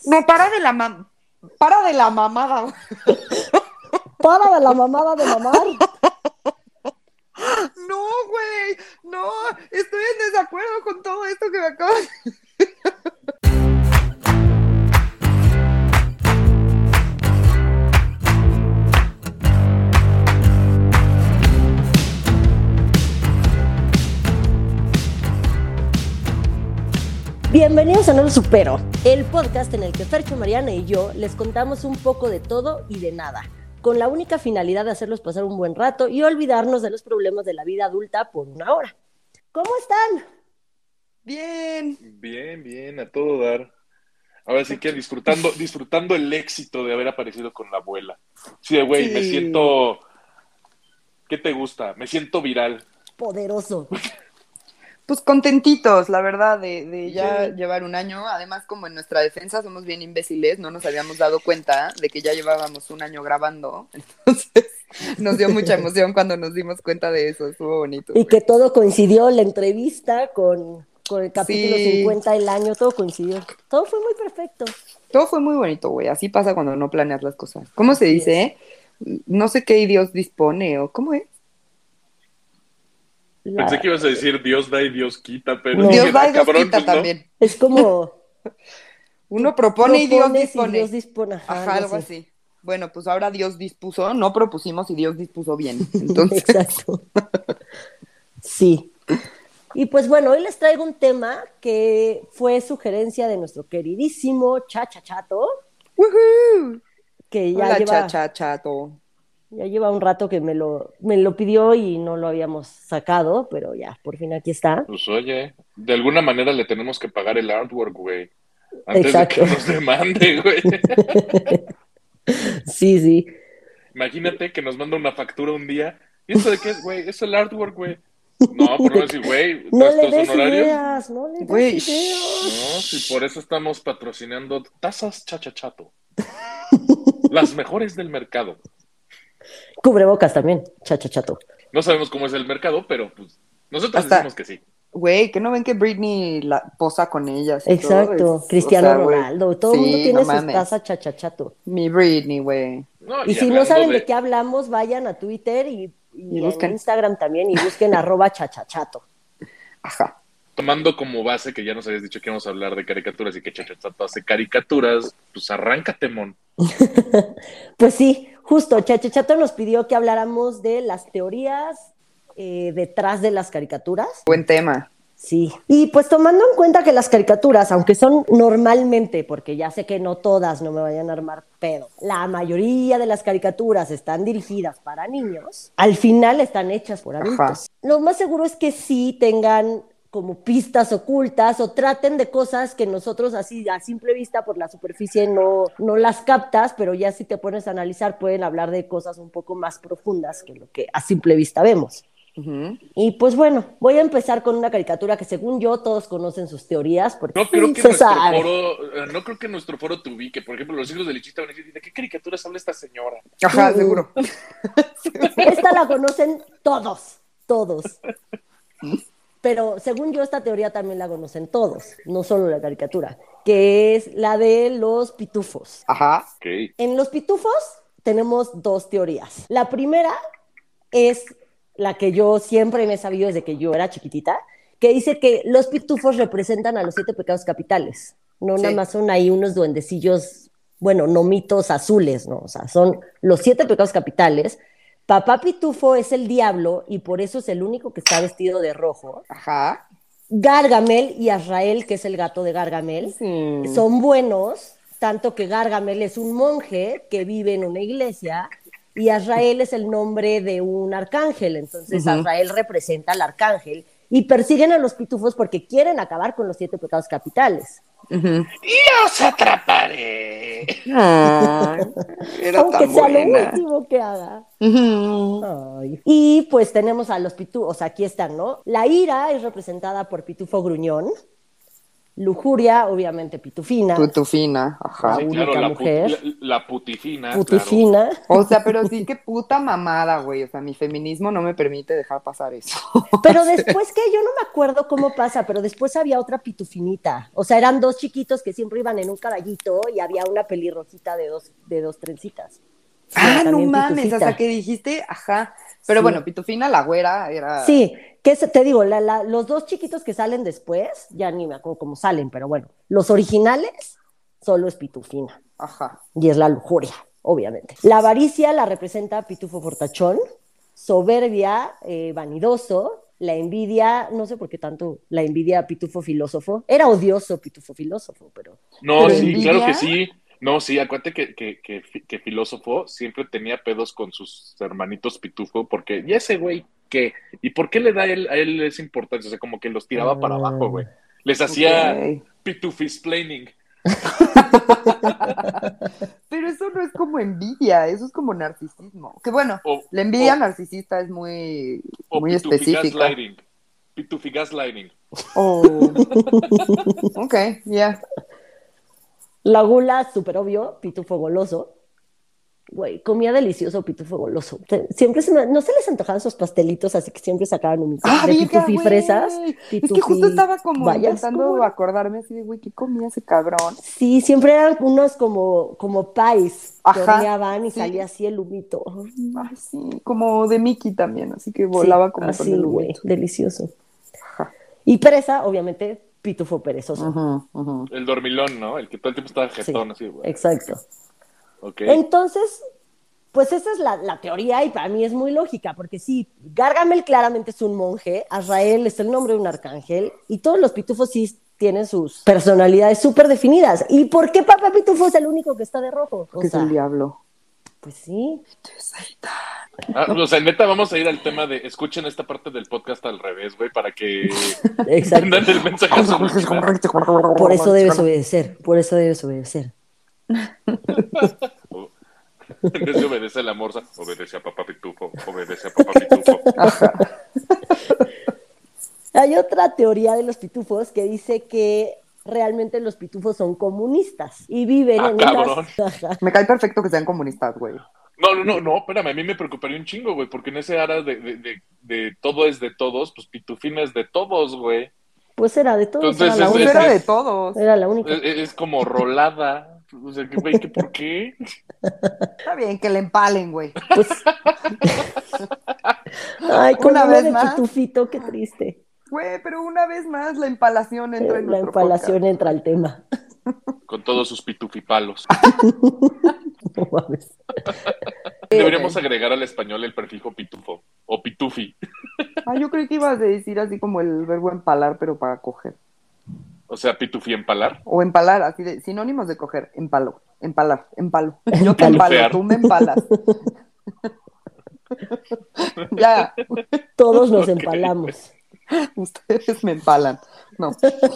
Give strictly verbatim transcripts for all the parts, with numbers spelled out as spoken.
No, para de la mam... Para de la mamada, güey. Para de la mamada de mamar. No, güey. No, estoy en desacuerdo con todo esto que me acabas de decir. Bienvenidos a No Lo Supero, el podcast en el que Fercho, Mariana y yo les contamos un poco de todo y de nada, con la única finalidad de hacerlos pasar un buen rato y olvidarnos de los problemas de la vida adulta por una hora. ¿Cómo están? Bien. Bien, bien, a todo dar. Ahora sí que disfrutando, disfrutando el éxito de haber aparecido con la abuela. Sí, de güey, Sí. me siento... ¿Qué te gusta? Me siento viral. Poderoso. Pues contentitos, la verdad, de, de ya Sí. llevar un año. Además, como en nuestra defensa somos bien imbéciles, no nos habíamos dado cuenta de que ya llevábamos un año grabando. Entonces, nos dio mucha emoción cuando nos dimos cuenta de eso. Estuvo bonito. Y güey. que todo coincidió, la entrevista con, con el capítulo Sí. cincuenta, el año, todo coincidió. Todo fue muy perfecto. Todo fue muy bonito, güey. Así pasa cuando no planeas las cosas. ¿Cómo se Así dice? No sé qué Dios dispone o cómo es. La- Pensé que ibas a decir Dios da y Dios quita, pero No. dije, Dios da "Ah, y Dios cabrón, quita pues no". también. Es como... Uno tú propone y Dios propones dispone. Dios dispone. Ajá, Ajá, algo así. Bueno, pues ahora Dios dispuso, no propusimos y Dios dispuso bien. Entonces, Exacto. Sí. Y pues bueno, hoy les traigo un tema que fue sugerencia de nuestro queridísimo Chacha Chato, ¡woohoo! que ya Hola, lleva, chacha, chato. ya lleva un rato que me lo, me lo pidió y no lo habíamos sacado, pero ya, por fin aquí está. Pues oye, de alguna manera le tenemos que pagar el artwork, güey. Antes de Exacto. que nos demande, güey. Sí, sí. Imagínate que nos manda una factura un día. ¿Y esto de qué es, güey? Es el artwork, güey. No, por no decir, güey, No le estos des honorarios. ideas, no le des Güey, ideas. No, si por eso estamos patrocinando tazas chachachato. Las mejores del mercado. Cubrebocas también, Chacha Chato. No sabemos cómo es el mercado, pero pues nosotros Hasta- decimos que sí. Güey, ¿que no ven que Britney la posa con ellas? y Exacto. todo? Es- Cristiano o sea, güey, Ronaldo. Todo el mundo sí, tiene no sus mames. tazas Chacha Chato. Mi Britney, güey. No, Y y si no hablando saben de... de- qué hablamos, vayan a Twitter y, y Y en busquen. Instagram también y busquen arroba chachachato. Ajá. Tomando como base que ya nos habías dicho que íbamos a hablar de caricaturas y que Chachachato hace caricaturas, pues arráncate, mon. Pues sí, justo, Chachachato nos pidió que habláramos de las teorías eh, detrás de las caricaturas. Buen tema. Sí, y pues tomando en cuenta que las caricaturas, aunque son normalmente, porque ya sé que no todas, no me vayan a armar pedo, la mayoría de las caricaturas están dirigidas para niños, al final están hechas por adultos. Ajá. Lo más seguro es que sí tengan como pistas ocultas o traten de cosas que nosotros así a simple vista por la superficie no, no las captas, pero ya si te pones a analizar pueden hablar de cosas un poco más profundas que lo que a simple vista vemos. Ujú. Y pues bueno, voy a empezar con una caricatura que según yo todos conocen sus teorías porque No creo que se nuestro sabe. foro, eh, no creo que nuestro foro te ubique. Por ejemplo, los hijos de Lichita van a decir, ¿de qué caricaturas habla esta señora? Ajá, Uh, uh. seguro. Esta la conocen todos, todos. Pero según yo esta teoría también la conocen todos, no solo la caricatura, que es la de los pitufos. Ajá. Ok. En los pitufos tenemos dos teorías. La primera es la que yo siempre me he sabido desde que yo era chiquitita, que dice que los pitufos representan a los siete pecados capitales. No Sí. nada más son ahí unos duendecillos, bueno, no mitos azules, ¿no? O sea, son los siete pecados capitales. Papá Pitufo es el diablo y por eso es el único que está vestido de rojo. Ajá. Gargamel y Azrael, que es el gato de Gargamel, Sí. son buenos, tanto que Gargamel es un monje que vive en una iglesia y Azrael es el nombre de un arcángel, entonces Ujú. Azrael representa al arcángel y persiguen a los pitufos porque quieren acabar con los siete pecados capitales. Ujú. ¡Los atraparé! Ay, era Aunque tan sea buena. lo último que haga. Ujú. Ay. Y pues tenemos a los pitufos, o sea, aquí están, ¿no? La ira es representada por Pitufo Gruñón, Lujuria, obviamente Pitufina. Pitufina, ajá. La Sí, única claro, la, mujer. put- la, la putifina. Putifina. O sea, pero sí, qué puta mamada, güey. O sea, mi feminismo no me permite dejar pasar eso. Pero después que yo no me acuerdo cómo pasa, pero después había otra pitufinita. O sea, eran dos chiquitos que siempre iban en un caballito y había una pelirrojita de dos, de dos trencitas. Sí, Ah, no también mames, pitufita. hasta que dijiste, ajá. Pero Sí. bueno, Pitufina, la güera, era... Sí, que es- te digo, la- la- los dos chiquitos que salen después, ya ni me acuerdo cómo salen, pero bueno, los originales solo es Pitufina. Ajá. Y es la lujuria, obviamente. La avaricia la representa Pitufo Fortachón, soberbia, eh, vanidoso, la envidia, no sé por qué tanto la envidia Pitufo Filósofo. Era odioso Pitufo Filósofo, pero... No, Pero sí, envidia. claro que sí. No, sí, acuérdate que, que, que, fi- que Filósofo siempre tenía pedos con sus hermanitos Pitufo, porque, ¿y ese güey qué? ¿Y por qué le da a él, a él esa importancia? O sea, como que los tiraba para abajo, güey. Les hacía Ok. Pitufisplaining. Pero eso no es como envidia, eso es como narcisismo. Que bueno, O, la envidia o, narcisista es muy, o muy específica. Pitufigaslighting. Pitufigaslighting. Oh. Ok, ya. La gula, súper obvio, Pitufo Goloso. Güey, comía delicioso Pitufo Goloso. Te- Siempre se me- no se les antojaban sus pastelitos, así que siempre sacaban un Ah, de verga, Pitufi güey. fresas. Es que justo estaba como Vayas, intentando ¿cómo no? acordarme así de, güey, ¿qué comía ese cabrón? Sí, siempre eran unos como, como pies que Ajá, horneaban y sí. salía así el humito. Ay, sí, como de Mickey también, así que volaba Sí, como así, con el güey, humito. delicioso. Ajá. Y presa, obviamente, Pitufo Perezoso. Ujú, ujú. El dormilón, ¿no? El que todo el tiempo estaba Sí, jetón, así, güey. exacto. Ok. Entonces, pues esa es la, la teoría y para mí es muy lógica, porque sí, Gargamel claramente es un monje, Azrael es el nombre de un arcángel y todos los pitufos sí tienen sus personalidades súper definidas. ¿Y por qué Papá Pitufo es el único que está de rojo? O Porque es sea, el diablo. pues sí. Ah, o sea, neta, vamos a ir al tema de escuchen esta parte del podcast al revés, güey, para que Exacto. entendan el mensaje subliminal. Por eso debes obedecer, por eso debes obedecer. O- En vez de obedece a la morsa, obedece a papá Pitufo, obedece a papá Pitufo. Hay otra teoría de los pitufos que dice que realmente los pitufos son comunistas y viven Ah, en cabrón. unas... Ajá. Me cae perfecto que sean comunistas, güey. No, no, no, no, espérame, a mí me preocuparía un chingo, güey, porque en ese ara de, de, de, de todo es de todos, pues Pitufina es de todos, güey. Pues era de todos, Entonces, era la es- Pues es- única. era es- de todos. Era la única. Es, es como rolada. O sea, que, güey, ¿que ¿por qué? Está bien, que le empalen, güey. Pues... Ay, con Una uno vez de más. pitufito, qué triste. Güey, pero una vez más la empalación entra Eh, en la nuestro empalación podcast. entra al tema. Con todos sus pitufipalos. No mames. Deberíamos agregar al español el prefijo pitufo o pitufi. Ah, yo creí que ibas a decir así como el verbo empalar, pero para coger. O sea, pitufi empalar. O empalar, así de sinónimos de coger. Empalo, empalar, empalo. Yo te Empalo. empalo, tú me empalas. Ya, Todos nos Ok. empalamos. ustedes me empalan. No.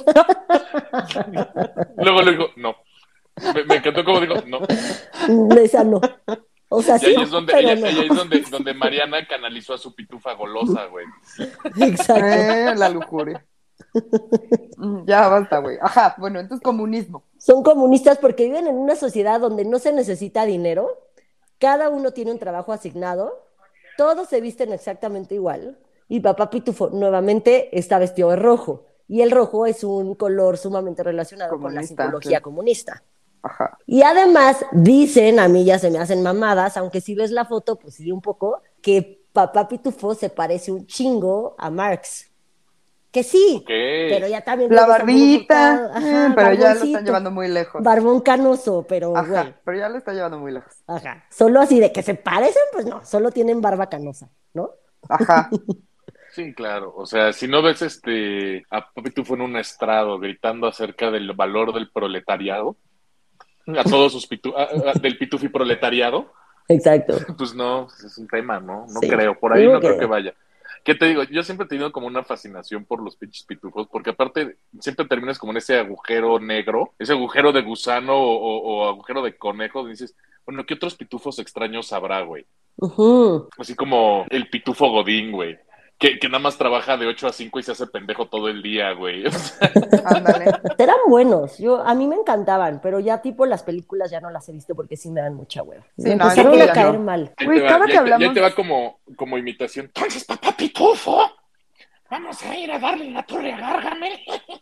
Luego le digo, no. Me, me encantó como digo, no. Esa no. O sea, Y sí, ahí es donde, pero ella- no. ahí es donde, donde Mariana canalizó a su pitufa golosa, güey. Exacto. Eh, la lujuria. Mm, Ya basta, güey. Ajá, bueno, entonces comunismo. Son comunistas porque viven en una sociedad donde no se necesita dinero, cada uno tiene un trabajo asignado, todos se visten exactamente igual y Papá Pitufo nuevamente está vestido de rojo y el rojo es un color sumamente relacionado con la Comunista, psicología sí. comunista. Ajá. Y además dicen, a mí ya se me hacen mamadas, aunque si ves la foto, pues sí un poco, que Papá Pitufo se parece un chingo a Marx. Que sí, Ok. pero ya también... La luego está muy barbita, enfocado. eh, Ajá, pero ya lo están barboncito. llevando muy lejos. Barbón canoso, pero Ajá, güey. pero ya lo está llevando muy lejos. Ajá. Solo así de que se parecen, pues no, solo tienen barba canosa, ¿no? Ajá. Sí, claro. O sea, si no ves este a Papi Pitufo en un estrado gritando acerca del valor del proletariado, a todos sus pitu a- a- del pitufi proletariado, Exacto. pues no, es un tema, ¿no? No Sí. creo, por ahí Digo no creo que- que vaya. ¿Qué te digo? Yo siempre he tenido como una fascinación por los pinches pitufos, porque aparte siempre terminas como en ese agujero negro, ese agujero de gusano o, o- o agujero de conejo, y dices, bueno, ¿qué otros pitufos extraños habrá, güey? Ujú. Así como el pitufo Godín, güey. que, que nada más trabaja de ocho a cinco y se hace pendejo todo el día, güey. O sea, Ándale. Eran buenos, yo, a mí me encantaban, pero ya tipo las películas ya no las he visto porque sí me dan mucha hueva. Sí, Me no, empezaron eso a ya caer no. mal. ahí Güey, te va, cada ya que ahí te- ya hablamos- te va como, como imitación. Entonces, papá Pitufo, vamos a ir a darle la torre a Gargamel.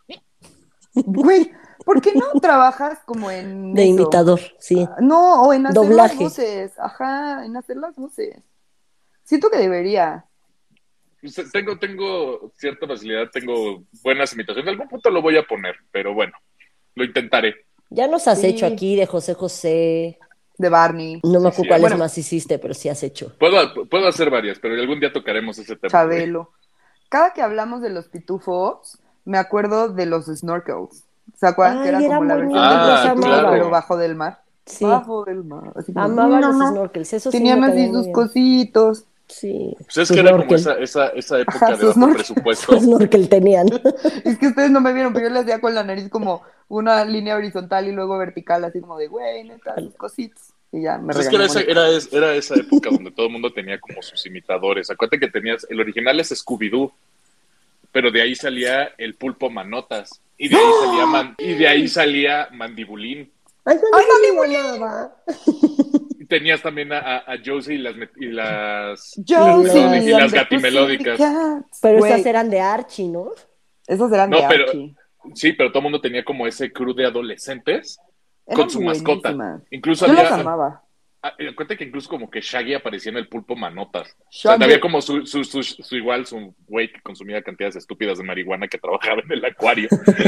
Güey, ¿por qué no trabajas como en De eso? imitador, sí. Ah, no, o en hacer las Doblaje. voces. Ajá, en hacer las voces. Siento que debería. Pues, Tengo, tengo cierta facilidad, tengo buenas imitaciones. En algún punto lo voy a poner, pero bueno, lo intentaré. Ya nos has Sí. hecho aquí de José José. De Barney, No me Sí, acuerdo sí, cuáles bueno. más hiciste, pero sí has hecho. Puedo, puedo hacer varias, pero algún día tocaremos ese tema. güey. Chabelo. Cada que hablamos de los pitufos, me acuerdo de los snorkels. ¿Se acuerdan? Que Ay, era eran como la muy versión buenos, de los los pitufos, amaba. pero bajo del mar. Sí, Bajo del mar. Así como, amaba no, los no. snorkels, eso sí Tenían me así caían muy sus bien. cositos. Sí, Pues es su que era como snorkel. esa, esa, esa época Ajá, de su bajo snorkel. presupuesto. Su snorkel tenían. Es que ustedes no me vieron, pero yo le hacía con la nariz como una línea horizontal y luego vertical, así como de, güey, neta, sus cositos. Y ya, me Pues es que era regañó. esa, era, es- era esa época donde todo el mundo tenía como sus imitadores. Acuérdate que tenías, el original es Scooby-Doo, pero de ahí salía el pulpo Manotas. Y de ahí salía, Man- y de ahí salía Mandibulín. Ay, ¡Ay, no me amaba. Y tenías también a, a, a Josie y las, met- y las, Josie y las and the gatimelódicas. Pussycats. Pero Güey, esas eran de Archie, ¿no? esos eran No, de pero Archie. sí, pero todo el mundo tenía como ese crew de adolescentes Eran con su mascota. buenísimas. Incluso Yo había, las amaba. ah, eh, acuérdate que incluso como que Shaggy aparecía en el pulpo Manotas. O Shaggy. sea, había como su, su, su, su igual, su güey que consumía cantidades estúpidas de marihuana que trabajaba en el acuario.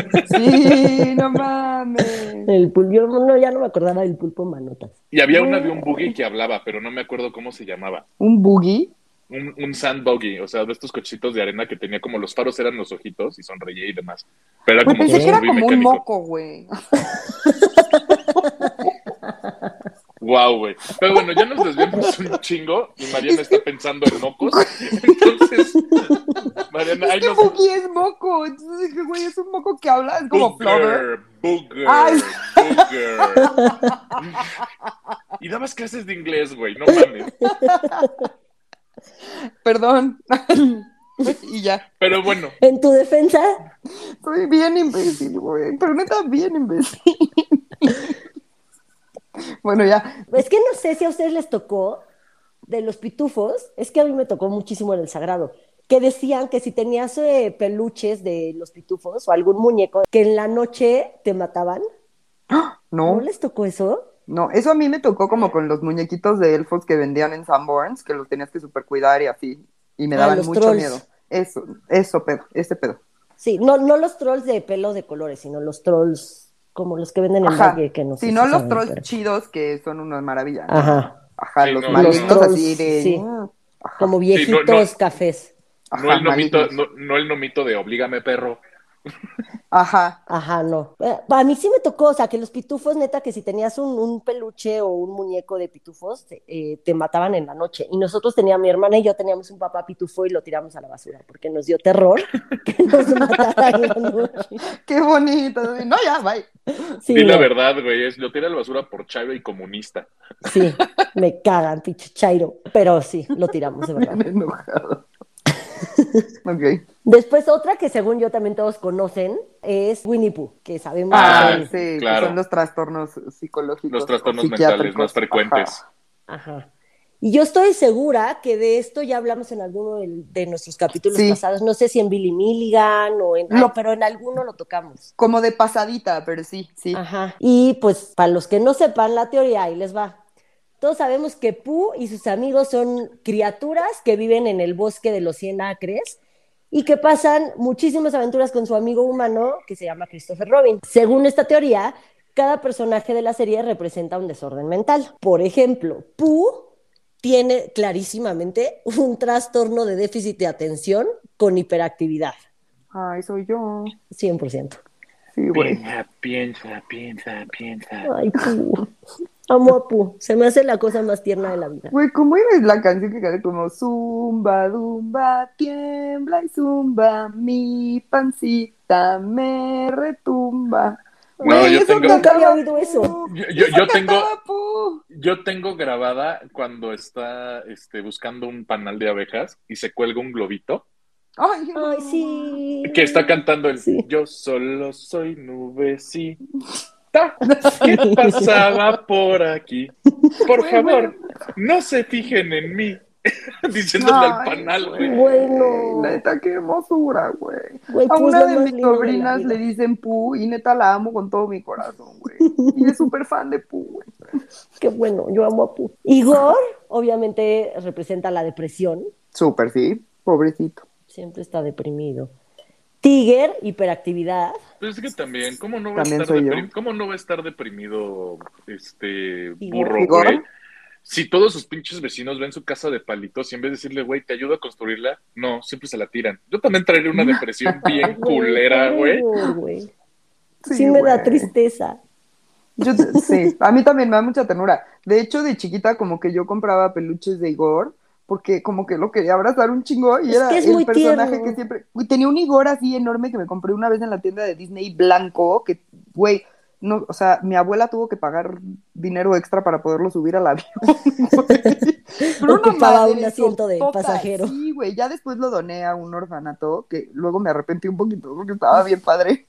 Sí, no mames. El pulpo, yo no, ya no me acordaba del pulpo Manotas. Y había una de un Güey. buggy que hablaba, pero no me acuerdo cómo se llamaba. ¿Un boogie? Un, un sand buggy, o sea, de estos cochitos de arena que tenía como los faros eran los ojitos y sonreía y demás. Pero era Güey, como pensé su que era Scooby como un mecánico. moco, güey. Wow, güey. Pero bueno, ya nos desviamos un chingo y Mariana está pensando en mocos. Entonces, Mariana, ahí Es que nos... boogie es moco. Entonces dije, güey, es un moco que habla, es como Flover. Booger, Ay. booger. Y dabas clases de inglés, güey, no mames. Perdón. Y ya. Pero bueno, En tu defensa, Soy bien imbécil, güey. Pero neta, bien imbécil. Bueno, ya. es que no sé si a ustedes les tocó de los pitufos, es que a mí me tocó muchísimo en el Sagrado, que decían que si tenías eh, peluches de los pitufos o algún muñeco, que en la noche te mataban. ¿No No, les tocó eso? no. Eso a mí me tocó como con los muñequitos de elfos que vendían en Sanborns, que los tenías que super cuidar y así. Y me Ah, daban los mucho trolls. miedo. Eso, eso pedo, ese pedo. Sí, no, no los trolls de pelo de colores, sino los trolls como los que venden en Ajá. Valle, que no sé Si si no, los saben, trolls pero- chidos que son una maravilla. ¿no? Ajá, Ajá, Sí, los no, malignos los trolls, así de. sí. Ajá, como Sí, viejitos no, no. cafés. no ajá, el nomito, malignos. no, no el nomito de oblígame, perro. Ajá. Ajá, no. Eh, a mí sí me tocó, o sea, que los pitufos, neta, que si tenías un, un peluche o un muñeco de pitufos, te, eh, te mataban en la noche. Y nosotros teníamos, mi hermana y yo teníamos un papá pitufo y lo tiramos a la basura, porque nos dio terror que nos matara en la noche. Qué bonito. No, ya, bye. Sí, Di la no, verdad, güey, es lo tira a la basura por chairo y comunista. sí, me cagan, pinche chairo. Pero sí, lo tiramos, de verdad. Bien enojado. Ok. Después otra que según yo también todos conocen es Winnie Pooh, que sabemos Ah, que Ah, son... sí, claro. que son los trastornos psicológicos. Los trastornos o mentales psiquiátricos. más frecuentes. Ajá. Ajá. Y yo estoy segura que de esto ya hablamos en alguno de, de nuestros capítulos Sí. pasados, no sé si en Billy Milligan o en... Lo- ay, pero en alguno lo tocamos. Como de pasadita, pero sí, sí. Ajá. Y pues para los que no sepan la teoría, ahí les va. Todos sabemos que Pooh y sus amigos son criaturas que viven en el bosque de los cien acres y que pasan muchísimas aventuras con su amigo humano que se llama Christopher Robin. Según esta teoría, cada personaje de la serie representa un desorden mental. Por ejemplo, Pooh tiene clarísimamente un trastorno de déficit de atención con hiperactividad, Ay, soy yo. cien por ciento. Sí, güey. Piensa, piensa, piensa, piensa. Ay, Pooh. Amo a Pooh. Se me hace la cosa más tierna de la vida. Güey, ¿cómo era la canción que canta como zumba, dumba, tiembla y zumba, mi pancita me retumba? No, Güey, yo eso tengo- Nunca había cantaba oído eso. Pooh. Yo, yo, Eso yo tengo, cantaba Pooh. yo tengo grabada cuando está este, buscando un panal de abejas y se cuelga un globito Ay, Ay, sí. Que está cantando el Sí. Yo solo soy nubecita que pasaba por aquí. Por güey, güey. favor, no se fijen en mí. Diciéndole al Ay, panal, güey. güey. Bueno. Neta, qué hermosura, güey. Güey, A Pooh es una lo de más mis lindo de la sobrinas le vida. dicen Pooh y neta la amo con todo mi corazón, güey. Y es súper fan de Pooh, güey. Qué bueno, yo amo a Pooh. Igor, obviamente, representa la depresión. Súper, sí. Pobrecito. Siempre está deprimido. Tiger, hiperactividad. Pues es que también, ¿cómo no va a También estar soy yo. deprimido? ¿Cómo no va a estar deprimido este Igor. burro, ¿Igor? güey? Si todos sus pinches vecinos ven su casa de palitos y en vez de decirle, güey, ¿te ayudo a construirla? No, siempre se la tiran. Yo también traeré una depresión bien Güey, culera, pobre güey. Igor, güey. Sí, Sí, me da güey. tristeza. Yo te- sí, a mí también me da mucha ternura. De hecho, de chiquita como que yo compraba peluches de Igor porque como que lo quería abrazar un chingo y Es era que es el muy personaje tierno. que siempre... Uy, tenía un Igor así enorme que me compré una vez en la tienda de Disney blanco, que, güey, no, o sea, mi abuela tuvo que pagar dinero extra para poderlo subir al avión, güey. Pero una Ocupaba un madre asiento de sotota, pasajero. sí, güey. Ya después lo doné a un orfanato que luego me arrepentí un poquito porque estaba bien padre.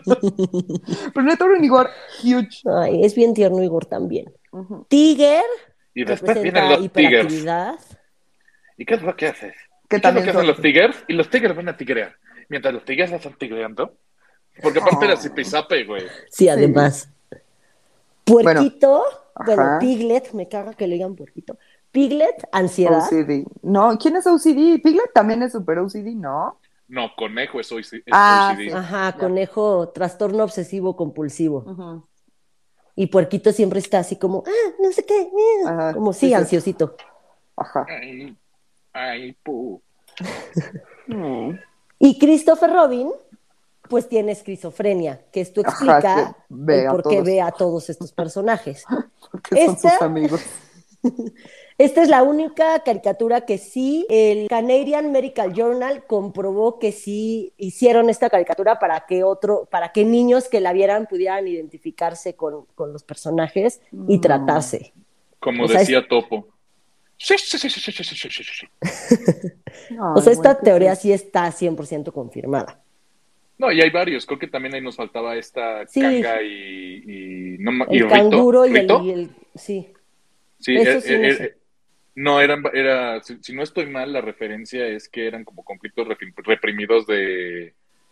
Pero neta era un Igor huge. Ay, es bien tierno Igor también. Ujú. Tiger Y después vienen representa los tigers. hiperactividad. ¿Y qué es lo que haces? Que ¿Y qué es lo también que hacen soy. los tigers? Y los tigers van a tigrear. Mientras los tigres están tigreando. Porque aparte era Oh. zipizape, güey. Sí, además. Puerquito, bueno, ajá. Piglet, me caga que le digan puerquito. Piglet, ansiedad. O C D. No, ¿quién es O C D? Piglet también es super O C D, ¿no? No, conejo es, O C- es Ah, O C D. sí. Ajá, Ya. conejo, trastorno obsesivo compulsivo. Ujú. Y puerquito siempre está así como, ah, no sé qué, eh", Ajá, como sí, sí, sí. ansiosito. Ajá. Ay, ay, pu. Mm. Y Christopher Robin, pues tiene esquizofrenia, que esto Ajá, explica que ve el a por qué todos. ve a todos estos personajes. Porque son sus Esta, amigos. esta es la única caricatura que sí, el Canadian Medical Journal comprobó que sí hicieron esta caricatura para que otro, para que niños que la vieran pudieran identificarse con, con los personajes y Mm. tratarse. Como O sea, decía Topo. Sí, sí, sí, sí, sí, sí, sí, sí, sí, sí. Ay, O sea, esta güey, qué teoría triste. sí está cien por ciento confirmada. No, y hay varios. Creo que también ahí nos faltaba esta Sí. Canga y, y, no, ma- y El Rito. canguro y el, ¿Rito? y el- sí. Sí, Eso eh, sí, no eh, sé. eh, no, eran, era, si, si no estoy mal, la referencia es que eran como conflictos refi- reprimidos de,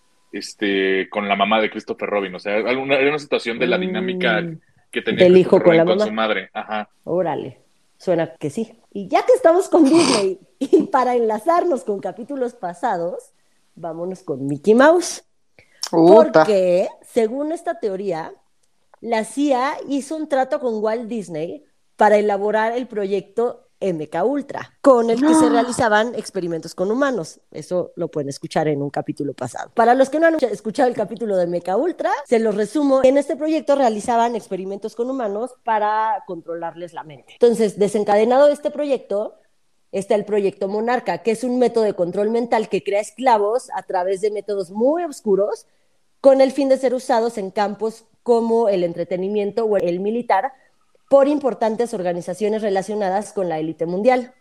este, con la mamá de Christopher Robin. O sea, alguna, era una situación de la dinámica Mm, que tenía del hijo Christopher con Robin la con su mamá. madre. Ajá. Órale, suena que sí. Y ya que estamos con Disney, y para enlazarnos con capítulos pasados, vámonos con Mickey Mouse. Puta. Porque, según esta teoría, la C I A hizo un trato con Walt Disney para elaborar el proyecto M K Ultra, con el que se realizaban experimentos con humanos. Eso lo pueden escuchar en un capítulo pasado. Para los que no han escuchado el capítulo de M K Ultra, se los resumo. En este proyecto realizaban experimentos con humanos para controlarles la mente. Entonces, desencadenado este proyecto, está el proyecto Monarca, que es un método de control mental que crea esclavos a través de métodos muy oscuros con el fin de ser usados en campos como el entretenimiento o el militar por importantes organizaciones relacionadas con la élite mundial.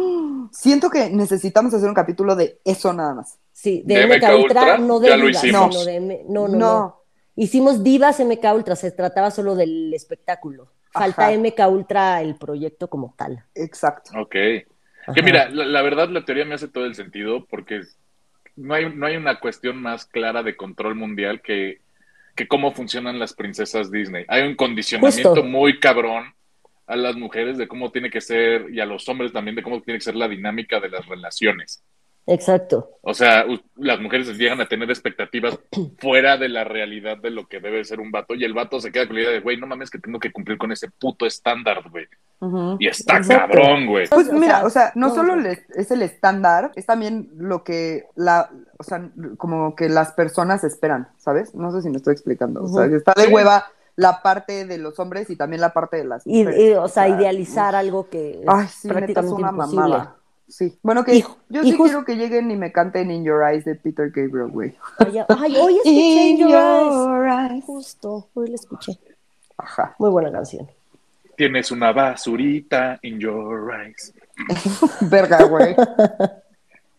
Siento que necesitamos hacer un capítulo de eso nada más. Sí, de, De M K M K Ultra, Ultra, no de ya lo divas, hicimos. sino de M- no, no, No. no. Hicimos divas M K Ultra, se trataba solo del espectáculo. Falta Ajá. M K Ultra el proyecto como tal. Exacto. Ok. Ajá. Que mira, la, la verdad la teoría me hace todo el sentido porque no hay, no hay una cuestión más clara de control mundial que, que cómo funcionan las princesas Disney. Hay un condicionamiento Justo. muy cabrón a las mujeres de cómo tiene que ser, y a los hombres también, de cómo tiene que ser la dinámica de las relaciones. Exacto. O sea, u- las mujeres llegan a tener expectativas fuera de la realidad de lo que debe ser un vato, y el vato se queda con la idea de, güey, no mames que tengo que cumplir con ese puto estándar, güey. Ujú. Y está Exacto. cabrón, güey. Pues O mira, sea, o sea, no no, solo no. le- es el estándar, es también lo que la, o sea, como que las personas esperan, ¿sabes? No sé si me estoy explicando. O sea, Ujú. está de Sí. hueva la parte de los hombres y también la parte de las Y, mujeres. y, o sea, idealizar algo que es Ay, sí, neta es prácticamente una imposible. mamada. Sí. Bueno, que Y- yo y sí jus- quiero que lleguen y me canten In Your Eyes de Peter Gabriel, güey. Ay, ay, hoy escuché In In Your Eyes. Your Eyes. Justo, hoy la escuché. Ajá. Muy buena canción. Tienes una basurita in your eyes. Verga, güey.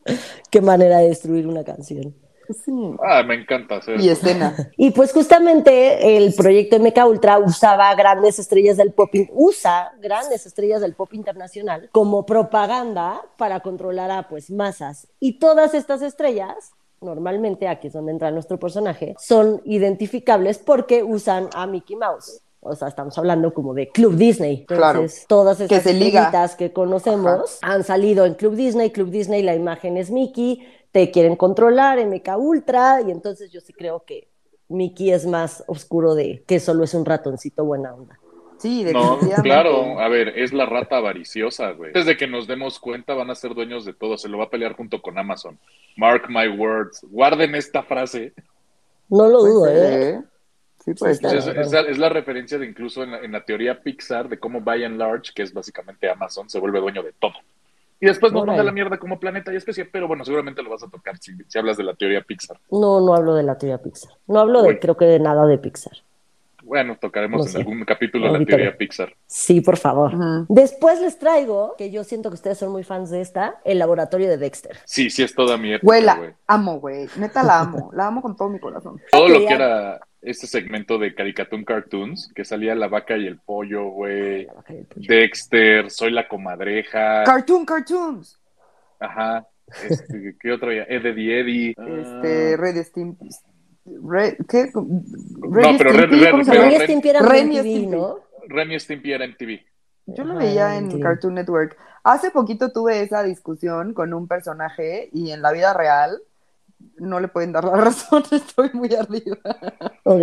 Qué manera de destruir una canción. Sí. Ah, me encanta hacer Y eso. escena. Y pues justamente el proyecto M K Ultra usaba grandes estrellas del pop, usa grandes estrellas del pop internacional como propaganda para controlar a pues masas. Y todas estas estrellas, normalmente aquí es donde entra nuestro personaje, son identificables porque usan a Mickey Mouse. O sea, estamos hablando como de Club Disney. Entonces, Claro. todas Que esas se liga. estrellitas que conocemos han salido en Club Disney. Club Disney, la imagen es Mickey, te quieren controlar, M K Ultra, y entonces yo sí creo que Mickey es más oscuro de que solo es un ratoncito buena onda. Sí, No, definitivamente. claro, a ver, es la rata avariciosa, güey. Antes de que nos demos cuenta, van a ser dueños de todo. Se lo va a pelear junto con Amazon. Mark my words. Guarden esta frase. No lo Puede dudo, ser, ¿eh? ¿eh? Sí, puede Sí, ser. Pues es, es la, es la referencia de incluso en la, en la teoría Pixar de cómo by and large, que es básicamente Amazon, se vuelve dueño de todo. Y después nos manda a la Órale. mierda como planeta y especie, pero bueno, seguramente lo vas a tocar si, si hablas de la teoría Pixar. No, no hablo de la teoría Pixar. No hablo de, Uy, creo que de nada de Pixar. bueno, tocaremos No en sé. algún capítulo la Ahorita teoría ve. Pixar. Sí, por favor. Ujú. Después les traigo, que yo siento que ustedes son muy fans de esta, El Laboratorio de Dexter. Sí, sí es toda mi Güey, época, la güey. amo, güey. Neta la amo. La amo con todo mi corazón. Esta Todo lo que teoría... era este segmento de Caricatoon Cartoons, que salía la vaca y el pollo, güey. La vaca y el pollo. Dexter, Soy la comadreja. Cartoon, cartoons. Ajá. Este, ¿qué otro había? Ed, Eddie, Eddie. Este, Ah, Red Stimpy. Red, ¿qué? no, Red pero Ren, Stimpy, Ren, ¿cómo se pero llama? Ren y Ren, Stimpy eran Ren y M T V, Stimpy. ¿no? Ren y Stimpy era M T V. Yo lo Ajá, veía era en M T V. Cartoon Network. Hace poquito tuve esa discusión con un personaje y en la vida real no le pueden dar la razón. Estoy muy ardida. Ok.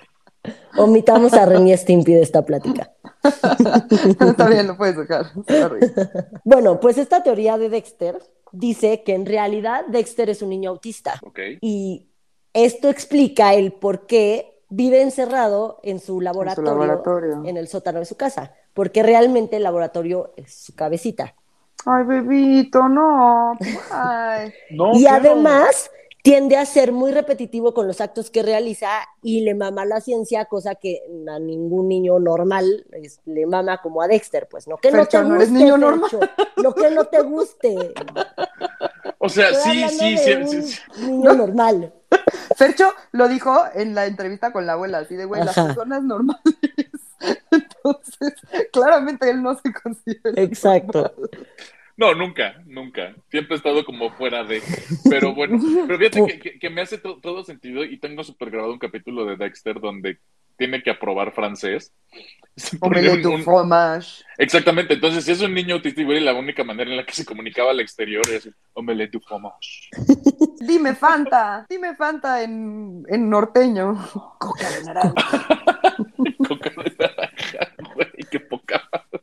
Omitamos a Ren y Stimpy de esta plática. Está bien, lo puedes dejar. Sorry. Bueno, pues esta teoría de Dexter dice que en realidad Dexter es un niño autista. Ok. Y esto explica el por qué vive encerrado en su En su laboratorio, laboratorio. en el sótano de su casa, porque realmente el laboratorio es su cabecita. Ay, bebito, no. Ay. No, Y claro. además tiende a ser muy repetitivo con los actos que realiza y le mama la ciencia, cosa que a ningún niño normal es- le mama como a Dexter, pues no que no Fercho, te no guste, eres niño normal. Fercho, no que no te guste. O sea, Estoy sí, hablando sí, de sí, un sí, sí. niño No. normal. Fercho lo dijo en la entrevista con la abuela, así de, güey, las Ajá. personas normales. Entonces, claramente él no se considera Exacto. normal. No, nunca, nunca. Siempre he estado como fuera de. Pero bueno, pero fíjate que, que, que me hace to- todo sentido y tengo súper grabado un capítulo de Dexter donde tiene que aprobar francés. Se pone Omelette un- du un- fromage. Exactamente, entonces si es un niño autista igual y la única manera en la que se comunicaba al exterior es omelette du fromage. Dime Fanta, dime Fanta en, en norteño. Coca de naranja. Coca de naranja, güey, qué poca.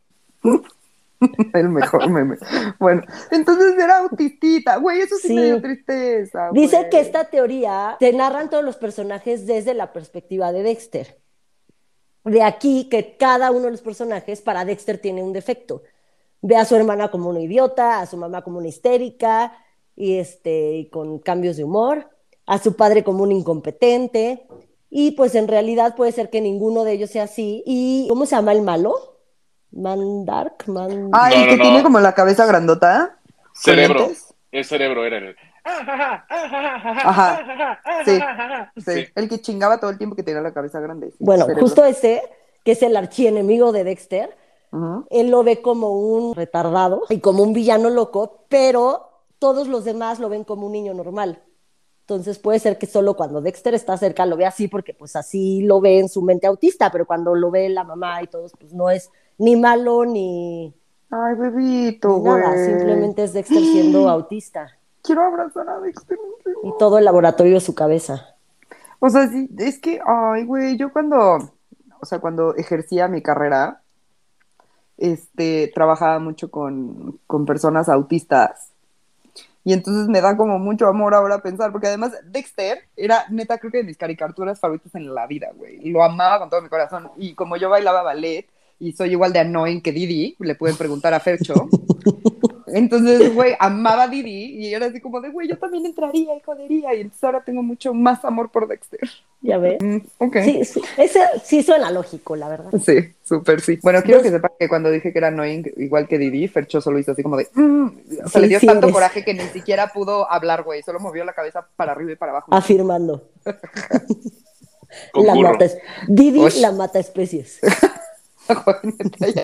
El mejor meme. Bueno, entonces era autistita. Güey, eso sí, Sí. me dio tristeza. Dice güey. que esta teoría te narran todos los personajes desde la perspectiva de Dexter. De aquí que cada uno de los personajes para Dexter tiene un defecto. Ve a su hermana como una idiota, a su mamá como una histérica y este, y con cambios de humor, a su padre como un incompetente y pues en realidad puede ser que ninguno de ellos sea así. ¿Y cómo se llama el malo? Mandark, Man... Ah, No, el no, que no. tiene como la cabeza grandota. ¿Con Cerebro, lentes? el cerebro era el. Ajá. Sí, sí, Sí. el que chingaba todo el tiempo que tenía la cabeza grande. Sí, Bueno, cerebro. justo ese, que es el archienemigo de Dexter, Ujú. él lo ve como un retardado y como un villano loco, pero todos los demás lo ven como un niño normal. Entonces puede ser que solo cuando Dexter está cerca lo ve así, porque pues así lo ve en su mente autista, pero cuando lo ve la mamá y todos, pues no es ni malo ni, Ay, bebito, ni nada, güey. simplemente es Dexter siendo autista Quiero abrazar a Dexter. y todo el laboratorio es su cabeza. O sea, sí, es que, ay, güey, yo cuando, o sea, cuando ejercía mi carrera, este, trabajaba mucho con, con personas autistas. Y entonces me da como mucho amor ahora pensar, porque además Dexter era, neta, creo que de mis caricaturas favoritas en la vida, güey. Lo amaba con todo mi corazón. Y como yo bailaba ballet y soy igual de annoying que Didi, le pueden preguntar a Fercho. Entonces, güey, amaba a Didi y era así como de, güey, yo también entraría y jodería. Y entonces ahora tengo mucho más amor por Dexter. ¿Ya ves? Mm, ok. Sí, sí, ese sí suena lógico, la verdad. Sí, súper sí. Bueno, quiero Des- que sepan que cuando dije que era annoying, igual que Didi, Fercho solo hizo así como de, mm, o sea, Sí, le dio sí tanto eres. coraje que ni siquiera pudo hablar, güey. Solo movió la cabeza para arriba y para abajo. Afirmando. La Concurro. mata. es- Didi Osh. la mata especies. Neta, ya.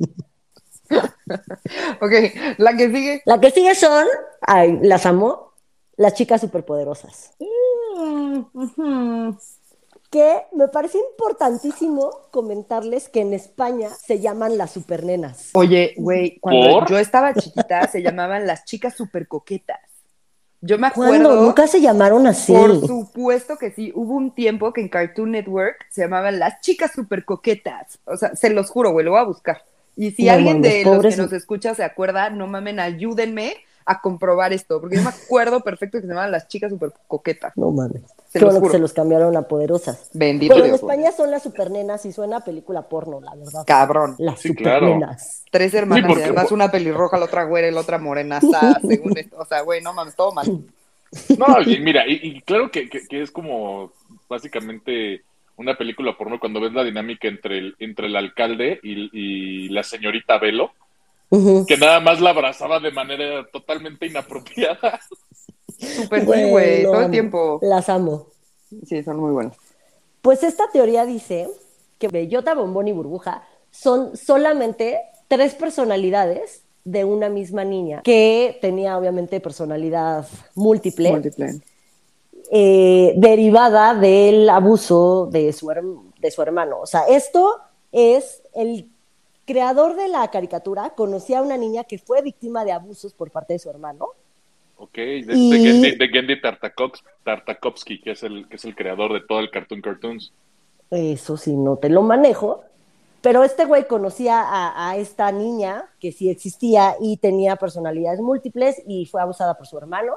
Ok, la que sigue. La que sigue son, ay, las amo, las chicas superpoderosas. Mm, ujú. Que me parece importantísimo comentarles que en España se llaman las supernenas. Oye, güey, cuando ¿Por? yo estaba chiquita se llamaban las chicas super coquetas. Yo me ¿Cuándo? acuerdo, Nunca se llamaron así. por supuesto que sí, hubo un tiempo que en Cartoon Network se llamaban las chicas super coquetas. O sea, se los juro, güey, lo voy a buscar. Y si No alguien mames, de los pobres. que nos escucha se acuerda, no mamen, ayúdenme a comprobar esto, porque yo me acuerdo perfecto que se llamaban las chicas super coquetas. No mames. Se Qué los bueno que juro. se los cambiaron a poderosas. Bendito Pero en Dios, güey. España son las supernenas y suena a película porno, la verdad. Cabrón. Las Sí, claro. supernenas. Tres hermanas Sí, porque- y además una pelirroja, la otra güera y la otra morenaza, según esto. O sea, güey, no mames, todo mal. No, y mira, y, y claro que, que, que es como básicamente una película porno cuando ves la dinámica entre el, entre el alcalde y, y la señorita Velo, Ujú. que nada más la abrazaba de manera totalmente inapropiada. Súper sí, Güey, güey, lo todo el amo. tiempo. Las amo. Sí, son muy buenas. Pues esta teoría dice que Bellota, Bombón y Burbuja son solamente tres personalidades de una misma niña, que tenía obviamente personalidad múltiple, Múltiple. eh, derivada del abuso de su, herm- de su hermano. O sea, esto es el creador de la caricatura, conocía a una niña que fue víctima de abusos por parte de su hermano. Ok, de, Y- de Gendy, de Gendy Tartakovs- Tartakovsky, que es el, que es el creador de todo el Cartoon Cartoons. Eso sí, no te lo manejo. Pero este güey conocía a, a esta niña que sí existía y tenía personalidades múltiples y fue abusada por su hermano.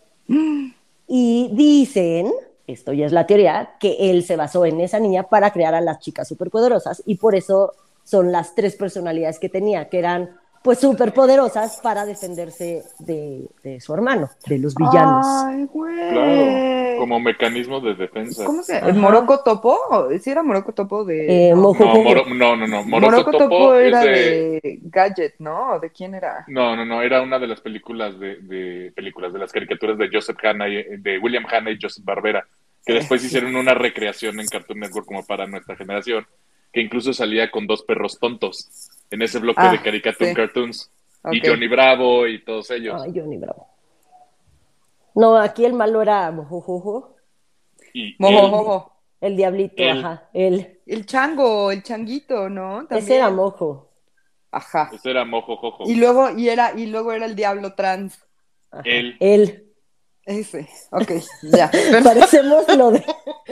Y dicen, esto ya es la teoría, que él se basó en esa niña para crear a las chicas superpoderosas y por eso son las tres personalidades que tenía, que eran pues superpoderosas para defenderse de, de su hermano, de los villanos. Ay, güey. Claro, como mecanismo de defensa. ¿Cómo se Ajá. llama? ¿Moroco Topo? ¿Sí era Moroco Topo de...? Eh, no. Mojo- No, Moro- no, no, no. Morocco Moroco Topo Topo es era de... de Gadget, ¿no? ¿De quién era? No, no, no, era una de las películas de, de películas, de las caricaturas de Joseph Hanna, y- de William Hanna y Joseph Barbera, que después hicieron una recreación en Cartoon Network como para nuestra generación, que incluso salía con dos perros tontos en ese bloque Ah, de Caricature sí. Cartoons. Y Ok. Johnny Bravo y todos ellos. Ay, Johnny Bravo. No, aquí el malo era Mojojojo, Y Mojo, él, mojo. el diablito, Él. ajá, él. El chango, el changuito, ¿no? También. Ese era Mojo. Ajá. ese era Mojo Jojo. Y luego, y era, y luego era el diablo trans. Ajá. Él. Él. Ese. Ok, ya. Pero- Parecemos lo de...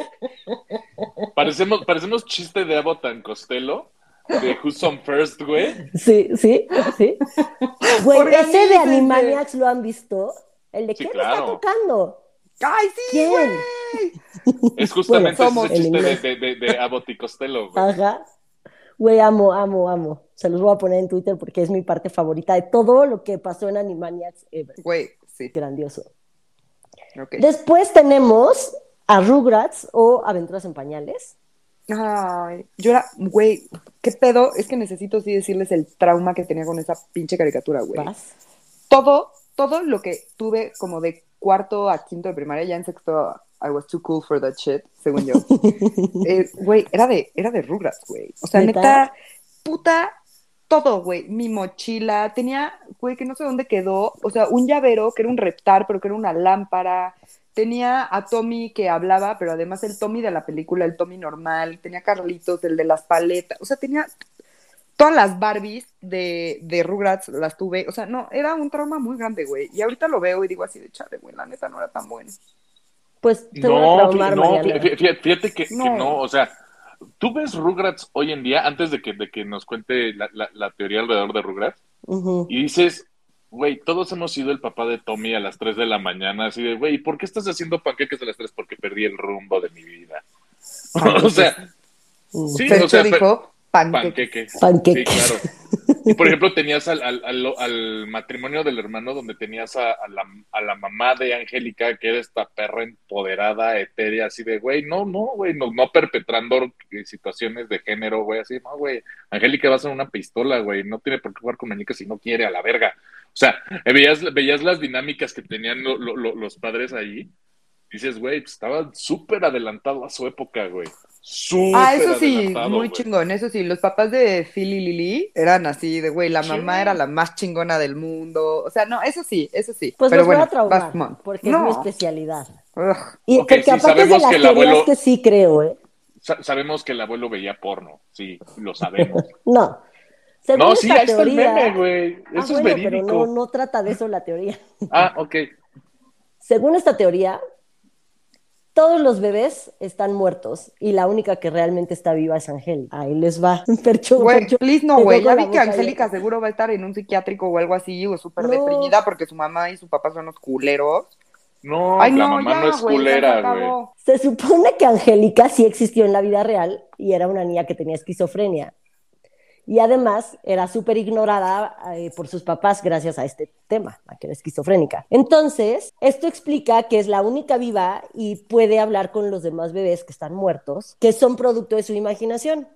Parecemos, parecemos chiste de Abbott and Costello, de Who's on First, güey. Sí, sí, sí. Güey, ese de Organícense. Animaniacs lo han visto. El de Sí, ¿quién claro. está tocando? ¡Ay, sí, ¿Quién? güey! Es justamente Bueno, somos ese en chiste de, inglés. de, de, de Abbott y Costello, güey. Ajá. Güey, amo, amo, amo. Se los voy a poner en Twitter porque es mi parte favorita de todo lo que pasó en Animaniacs ever. Güey, sí. Grandioso. Ok. Después tenemos a Rugrats o Aventuras en Pañales. Ay, yo era, güey, ¿qué pedo? Es que necesito sí decirles el trauma que tenía con esa pinche caricatura, güey. ¿Vas? Todo, todo lo que tuve como de cuarto a quinto de primaria, ya en sexto, I was too cool for that shit, según yo. Eh, Güey, era de, era de Rugrats, güey. O sea, ¿Neta? neta, puta, todo, güey. Mi mochila, tenía, güey, que no sé dónde quedó, o sea, un llavero que era un reptar, pero que era una lámpara. Tenía a Tommy que hablaba, pero además el Tommy de la película, el Tommy normal. Tenía a Carlitos, el de las paletas. O sea, tenía todas las Barbies de, de Rugrats, las tuve. O sea, no, era un trauma muy grande, güey. Y ahorita lo veo y digo así de chale, güey, la neta no era tan bueno. Pues te voy a No, traumar, fí- no, Mariana. fí- fí- fíjate que que No. no. O sea, tú ves Rugrats hoy en día, antes de que, de que nos cuente la, la, la teoría alrededor de Rugrats, Ujú. y dices, güey, todos hemos sido el papá de Tommy a las tres de la mañana, así de, güey, ¿por qué estás haciendo panqueques a las tres? Porque perdí el rumbo de mi vida. O sea, Mm. sí, Fercho o sea, pe- dijo panqueques. panqueques. Panqueques. Sí, claro. Y por ejemplo, tenías al, al, al, al matrimonio del hermano donde tenías a, a, la, a la mamá de Angélica, que era esta perra empoderada, etérea, así de, güey, no, no, güey, no, no perpetrando situaciones de género, güey, así, no, güey, Angélica va a ser una pistola, güey, no tiene por qué jugar con muñecas si no quiere, a la verga. O sea, veías, veías las dinámicas que tenían lo, lo, lo, los padres ahí. Dices, güey, pues estaba súper adelantado a su época, güey. Súper Ah, eso sí, adelantado, muy güey. chingón, eso sí, los papás de Phil y Lily eran así de, güey, la Sí. mamá era la más chingona del mundo, o sea, no, eso sí, eso sí, Pues pero los voy bueno, a traumar, vas, Mon. porque es mi No, especialidad. ugh. Y Ok, porque sí, aparte es de sabemos las que el teorías abuelo, que sí creo, ¿eh? sa- sabemos que el abuelo veía porno, sí, lo sabemos. No. Según No, sí, esta ahí está el meme, teoría, güey. ah, Eso es bueno, pero no, verídico. no trata de eso la teoría. Ah, ok. Según esta teoría, todos los bebés están muertos y la única que realmente está viva es Angélica. Ahí les va. Percho, Güey, Percho, please no, quedó güey, ya con la vi que boca Angélica abierta. seguro va a estar en un psiquiátrico o algo así, o súper No, deprimida porque su mamá y su papá son los culeros. No, Ay, la no, mamá no ya, es güey, ya se culera, güey. acabó. se supone que Angélica sí existió en la vida real y era una niña que tenía esquizofrenia. Y además era súper ignorada eh, por sus papás gracias a este tema, a que era esquizofrénica. Entonces, esto explica que es la única viva y puede hablar con los demás bebés que están muertos, que son producto de su imaginación.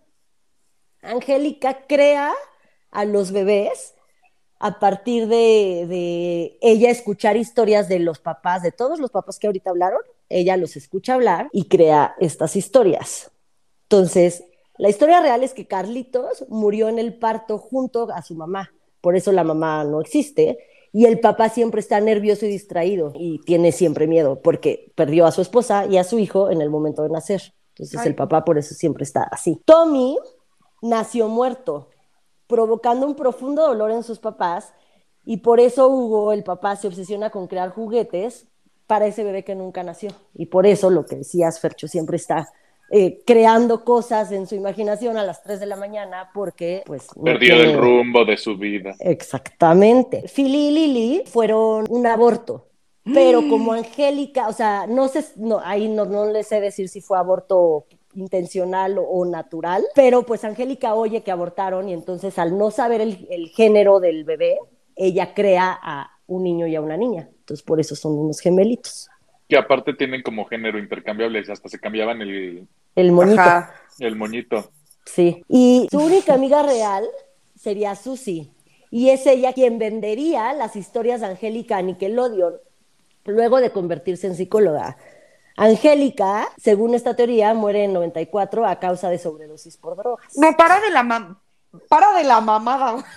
Angélica crea a los bebés a partir de, de ella escuchar historias de los papás, de todos los papás que ahorita hablaron, ella los escucha hablar y crea estas historias. Entonces, la historia real es que Carlitos murió en el parto junto a su mamá, por eso la mamá no existe, y el papá siempre está nervioso y distraído y tiene siempre miedo porque perdió a su esposa y a su hijo en el momento de nacer. Entonces Ay. el papá por eso siempre está así. Tommy nació muerto, provocando un profundo dolor en sus papás, y por eso Hugo, el papá, se obsesiona con crear juguetes para ese bebé que nunca nació. Y por eso lo que decías, Fercho, siempre está eh, creando cosas en su imaginación a las tres de la mañana porque pues no Perdió tiene... el rumbo de su vida. Exactamente. Phil y Lily fueron un aborto, pero como Angélica, o sea, no sé, no, ahí no, no les sé decir si fue aborto intencional o, o natural, pero pues Angélica oye que abortaron y entonces al no saber el, el género del bebé, ella crea a un niño y a una niña. Entonces por eso son unos gemelitos. Que aparte tienen como género intercambiables, hasta se cambiaban el, El moñito. Ajá. el moñito. Sí. Y su única amiga real sería Susie. Y es ella quien vendería las historias de Angélica a Nickelodeon luego de convertirse en psicóloga. Angélica, según esta teoría, muere en noventa y cuatro a causa de sobredosis por drogas. No, para de la mam... Para de la mamada, güey.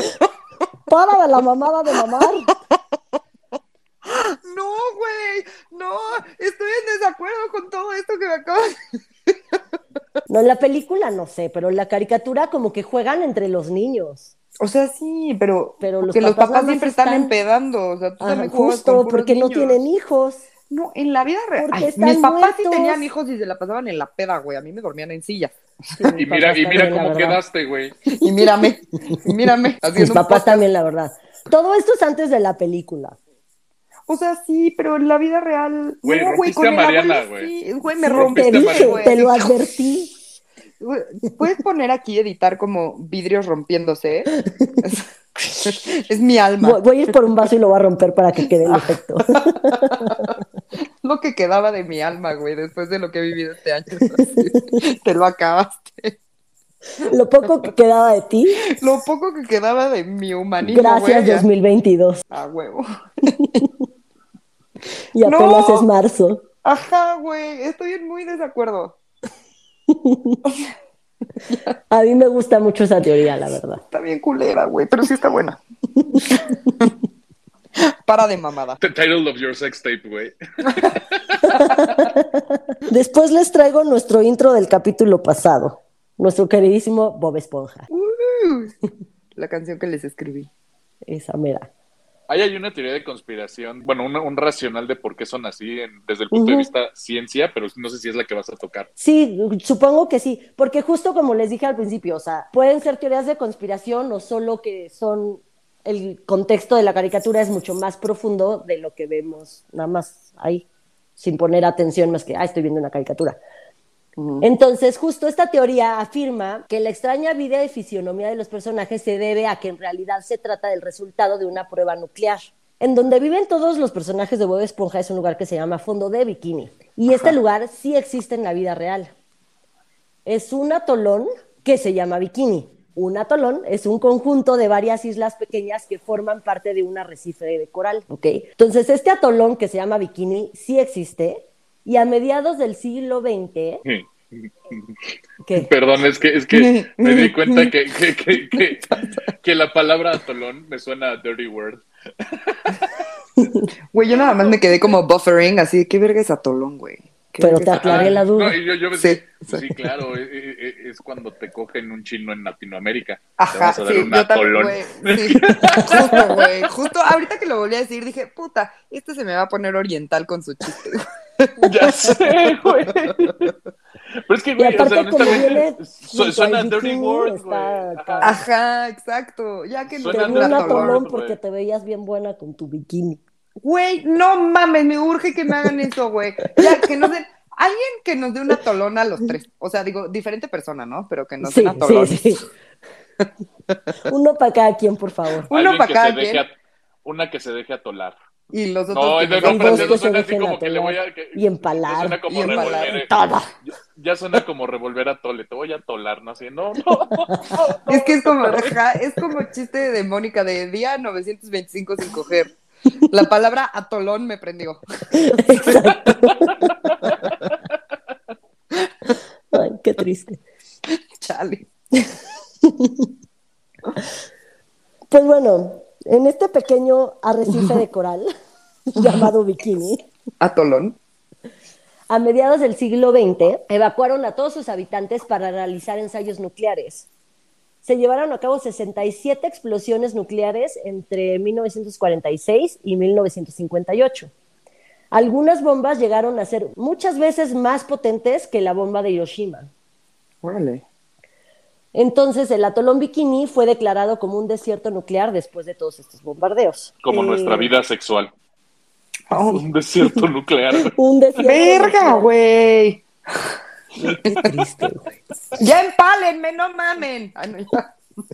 ¡Para de la mamada de mamar! No, güey, no, estoy en desacuerdo con todo esto que me acabas de decir. No, en la película no sé, pero en la caricatura como que juegan entre los niños. O sea, sí, pero, Pero los porque los papás papás nada más siempre están están... empedando, o sea, tú Ajá, también jugabas con justo, puros porque no niños. tienen hijos. No, en la vida real. Porque Ay, están mis papás sí muertos. tenían hijos y se la pasaban en la peda, güey. A mí me dormían en sillas. Sí, mis Y mira, papás y mira también, la cómo verdad. quedaste, güey. Y mírame, y mírame, haciendo Mis un papás podcast. también, la verdad. Todo esto es antes de la película. O sea, sí, pero en la vida real. Güey, No, güey, rompiste con a el Mariana, abuelo güey. sí. Güey, me Sí, rompí. te rompiste a dije, Mariana. güey, te así. lo advertí. Güey, ¿puedes poner aquí editar como vidrios rompiéndose? Es, es mi Voy, alma. voy a ir por un vaso y lo voy a romper para que quede el efecto. Lo que quedaba de mi alma, güey, después de lo que he vivido este año. Así, te lo acabaste. Lo poco que quedaba de ti, Lo poco que quedaba de mi humanismo, gracias güey. ya. dos mil veintidós. A huevo. Y apenas No. es marzo. Ajá, güey, estoy en muy desacuerdo. A mí me gusta mucho esa teoría, la verdad. Está bien culera, güey, pero sí está buena. Para de mamada. The title of your sex tape, güey. Después les traigo nuestro intro del capítulo pasado. Nuestro queridísimo Bob Esponja. Uh, la canción que les escribí. Esa mera. Ahí hay una teoría de conspiración, bueno, una- un racional de por qué son así en- desde el punto Ujú. de vista ciencia, pero no sé si es la que vas a tocar. Sí, supongo que sí, porque justo como les dije al principio, o sea, pueden ser teorías de conspiración o solo que son, el contexto de la caricatura es mucho más profundo de lo que vemos nada más ahí, sin poner atención más que, ah, estoy viendo una caricatura. Ujú. Entonces, justo esta teoría afirma que la extraña vida y fisionomía de los personajes se debe a que en realidad se trata del resultado de una prueba nuclear. En donde viven todos los personajes de Bob Esponja es un lugar que se llama Fondo de Bikini. Y este Ajá. lugar sí existe en la vida real. Es un atolón que se llama Bikini. Un atolón es un conjunto de varias islas pequeñas que forman parte de un arrecife de coral, ¿ok? Entonces, este atolón que se llama Bikini sí existe y a mediados del siglo veinte, ¿qué? Perdón, es que, es que me di cuenta que, que, que, que, que la palabra atolón me suena a dirty word. Güey, yo nada más me quedé como buffering, así, ¿qué verga es atolón, güey? ¿Qué Pero verga te es atolón? aclaré la No, duda. y yo, yo Sí, sí, sí. sí, claro, es, es- es cuando te cogen un chino en Latinoamérica. Te Ajá, vamos a dar sí, un yo también, atolón. güey, sí, justo, güey, justo ahorita que lo volví a decir, dije, puta, este se me va a poner oriental con su chiste, güey. Ya sé, güey. Pero es que, Y güey, o sea, aparte, como honestamente, viene su- junto al suena a dirty bikini, word, güey. está acá. Ajá. Ajá, exacto, ya que nos Te Suena den a di un un dirty atolón. atolón word, porque güey. te veías bien buena con tu bikini. Güey, no mames, me urge que me hagan eso, güey. Ya, que nos den, alguien que nos dé un atolón a los tres. O sea, digo, diferente persona, ¿no? Pero que nos den Sí, sí, atolón. sí. Uno para cada quien, por favor. Uno Alguien para que se cada deje, quien a- una que se deje atolar. y los otros No, que no, nos no, Y dos espérate, que eso apoyen. se suena así dejen como que le voy atolar a... que- y ya suena empalar Y como empalar. revolver... todo. Ya, ya suena como revolver atole. Te voy a atolar, ¿no? Así, no, no, no, Es que es no, como, no, no. ajá, es como chiste de Mónica de día novecientos veinticinco sin coger. La palabra atolón me prendió. Exacto. Ay, qué triste. Chale. Pues bueno, en este pequeño arrecife de coral llamado Bikini, Atolón. a mediados del siglo veinte, evacuaron a todos sus habitantes para realizar ensayos nucleares. Se llevaron a cabo sesenta y siete explosiones nucleares entre mil novecientos cuarenta y seis y mil novecientos cincuenta y ocho. Algunas bombas llegaron a ser muchas veces más potentes que la bomba de Hiroshima. Órale. Entonces, el atolón Bikini fue declarado como un desierto nuclear después de todos estos bombardeos. Como nuestra Eh, vida sexual. Oh, Un desierto nuclear. Un desierto verga, nuclear. güey. Güey, qué triste, güey. Ya empálenme, no mamen. Ay, no, ya.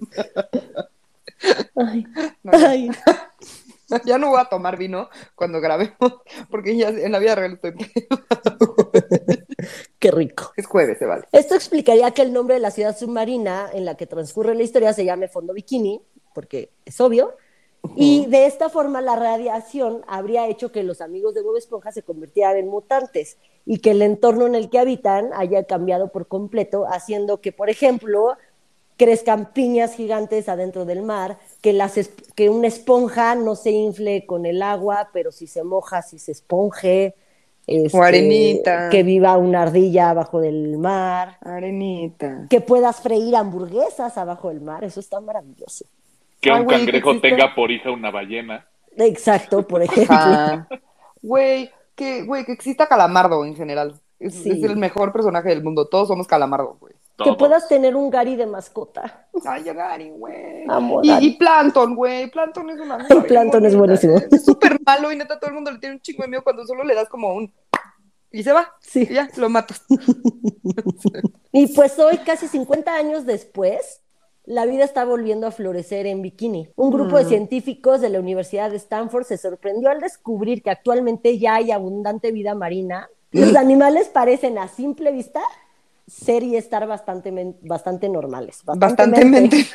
Ay, No, ya. ay. Ya no voy a tomar vino cuando grabemos, porque ya en la vida real estoy pedo. Qué rico. Es jueves, se vale. Esto explicaría que el nombre de la ciudad submarina en la que transcurre la historia se llame Fondo Bikini, porque es obvio, y de esta forma la radiación habría hecho que los amigos de Bob Esponja se convirtieran en mutantes y que el entorno en el que habitan haya cambiado por completo, haciendo que, por ejemplo, crezcan piñas gigantes adentro del mar, que, las es- que una esponja no se infle con el agua, pero si se moja, si se esponje, este, O arenita. que viva una ardilla abajo del mar, Arenita. que puedas freír hamburguesas abajo del mar, eso está maravilloso. Que Ay, un güey, cangrejo existe. tenga por hija una ballena. Exacto, por ejemplo. Ajá. Güey, que, güey, que exista Calamardo en general. Es, Sí. es el mejor personaje del mundo. Todos somos Calamardo, güey. Que Todos. puedas tener un Gary de mascota. Ay, ya Gary, güey. Amo a Y, Gary. y Plankton, güey. Plankton es una. Ay, Plankton es buenísimo. Es súper malo y neta todo el mundo le tiene un chingo de miedo cuando solo le das como un. Y se va. Sí. Y ya, lo matas. Y pues hoy, casi cincuenta años después, la vida está volviendo a florecer en Bikini. Un grupo de científicos de la Universidad de Stanford se sorprendió al descubrir que actualmente ya hay abundante vida marina. Los animales parecen a simple vista ser y estar bastante, men- bastante normales. Bastante mente.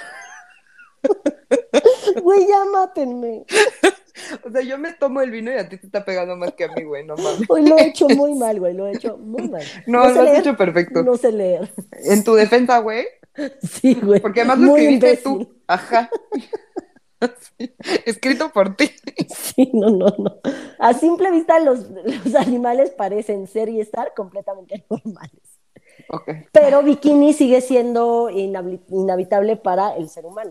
Güey, ya mátenme. O sea, yo me tomo el vino y a ti te está pegando más que a mí, güey. No mames. Hoy lo he hecho muy mal, güey, lo he hecho muy mal. No, sé lo has leer, hecho perfecto. No sé leer. En tu defensa, güey. Sí, güey. Porque además lo Muy escribiste imbécil. tú. Ajá. Sí, escrito por ti. Sí, no, no, no. A simple vista los, los animales parecen ser y estar completamente normales. Ok. Pero Bikini sigue siendo inhabi- inhabitable para el ser humano.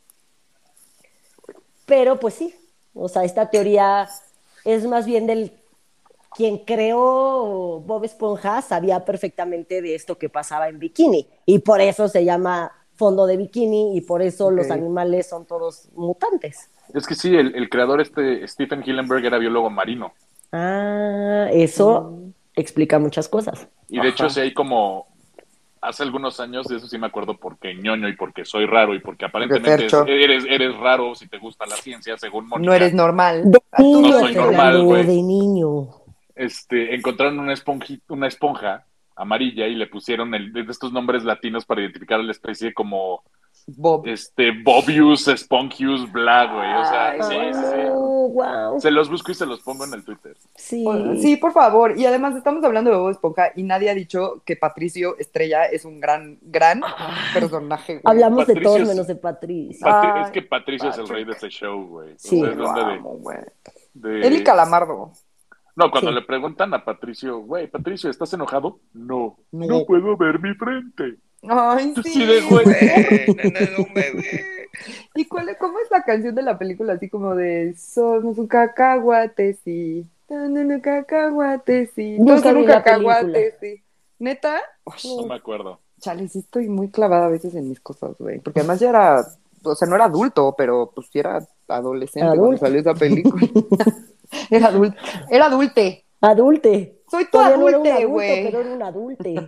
Pero pues sí, o sea, esta teoría es más bien del quien creó Bob Esponja sabía perfectamente de esto que pasaba en Bikini y por eso se llama Fondo de Bikini y por eso Ok. los animales son todos mutantes. Es que sí, el, el creador este, Stephen Hillenburg, era biólogo marino. Ah, eso explica muchas cosas. Y de hecho, Ajá. sí hay como hace algunos años, de eso sí me acuerdo porque ñoño y porque soy raro y porque Porque aparentemente es- Fercho, eres, eres raro si te gusta la ciencia, según no Mónica. eres normal. De Ah, tú No no niño, soy eres normal, feliz. Fernando, güey. de niño. Este, encontraron una esponji- una esponja amarilla y le pusieron el, de estos nombres latinos para identificar a la especie como Bob. este Bobius, Spongius, bla, güey. O sea, Ay, sí, Ay, sí, sí. no, Se wow. los busco y se los pongo en el Twitter. Sí, Sí. por favor. Y además estamos hablando de Bob Esponja y nadie ha dicho que Patricio Estrella es un gran, gran Ay, personaje, güey. hablamos de Patricio todos es, menos de Patricio. Patri- es Ay, que Patricio es el rey de Patrick. ese show, güey. Sí, Ustedes Lo dónde de, amo, güey. Él y de... Calamardo. No, cuando le sí. preguntan a Patricio, güey, Patricio, ¿estás enojado? No, no No. puedo ver mi frente. Ay, Yo sí de, sí, güey. güey. Nena de un bebé. ¿Y cuál, es- cómo es la canción de la película? Así como de somos un cacahuate, sí. Tan en un cacahuate, sí. Todos Nunca son un vi la película. cacahuate, sí. ¿Neta? Uy, No No, me acuerdo. chale, sí estoy muy clavada a veces en mis cosas, güey. Porque además ya era, o sea, no era adulto, pero pues sí era adolescente cuando adulto. salió esa película. Era adulto. Era adulte. Adulte. Soy tu Todavía no era un adulte, adulto, güey. pero era un adulte.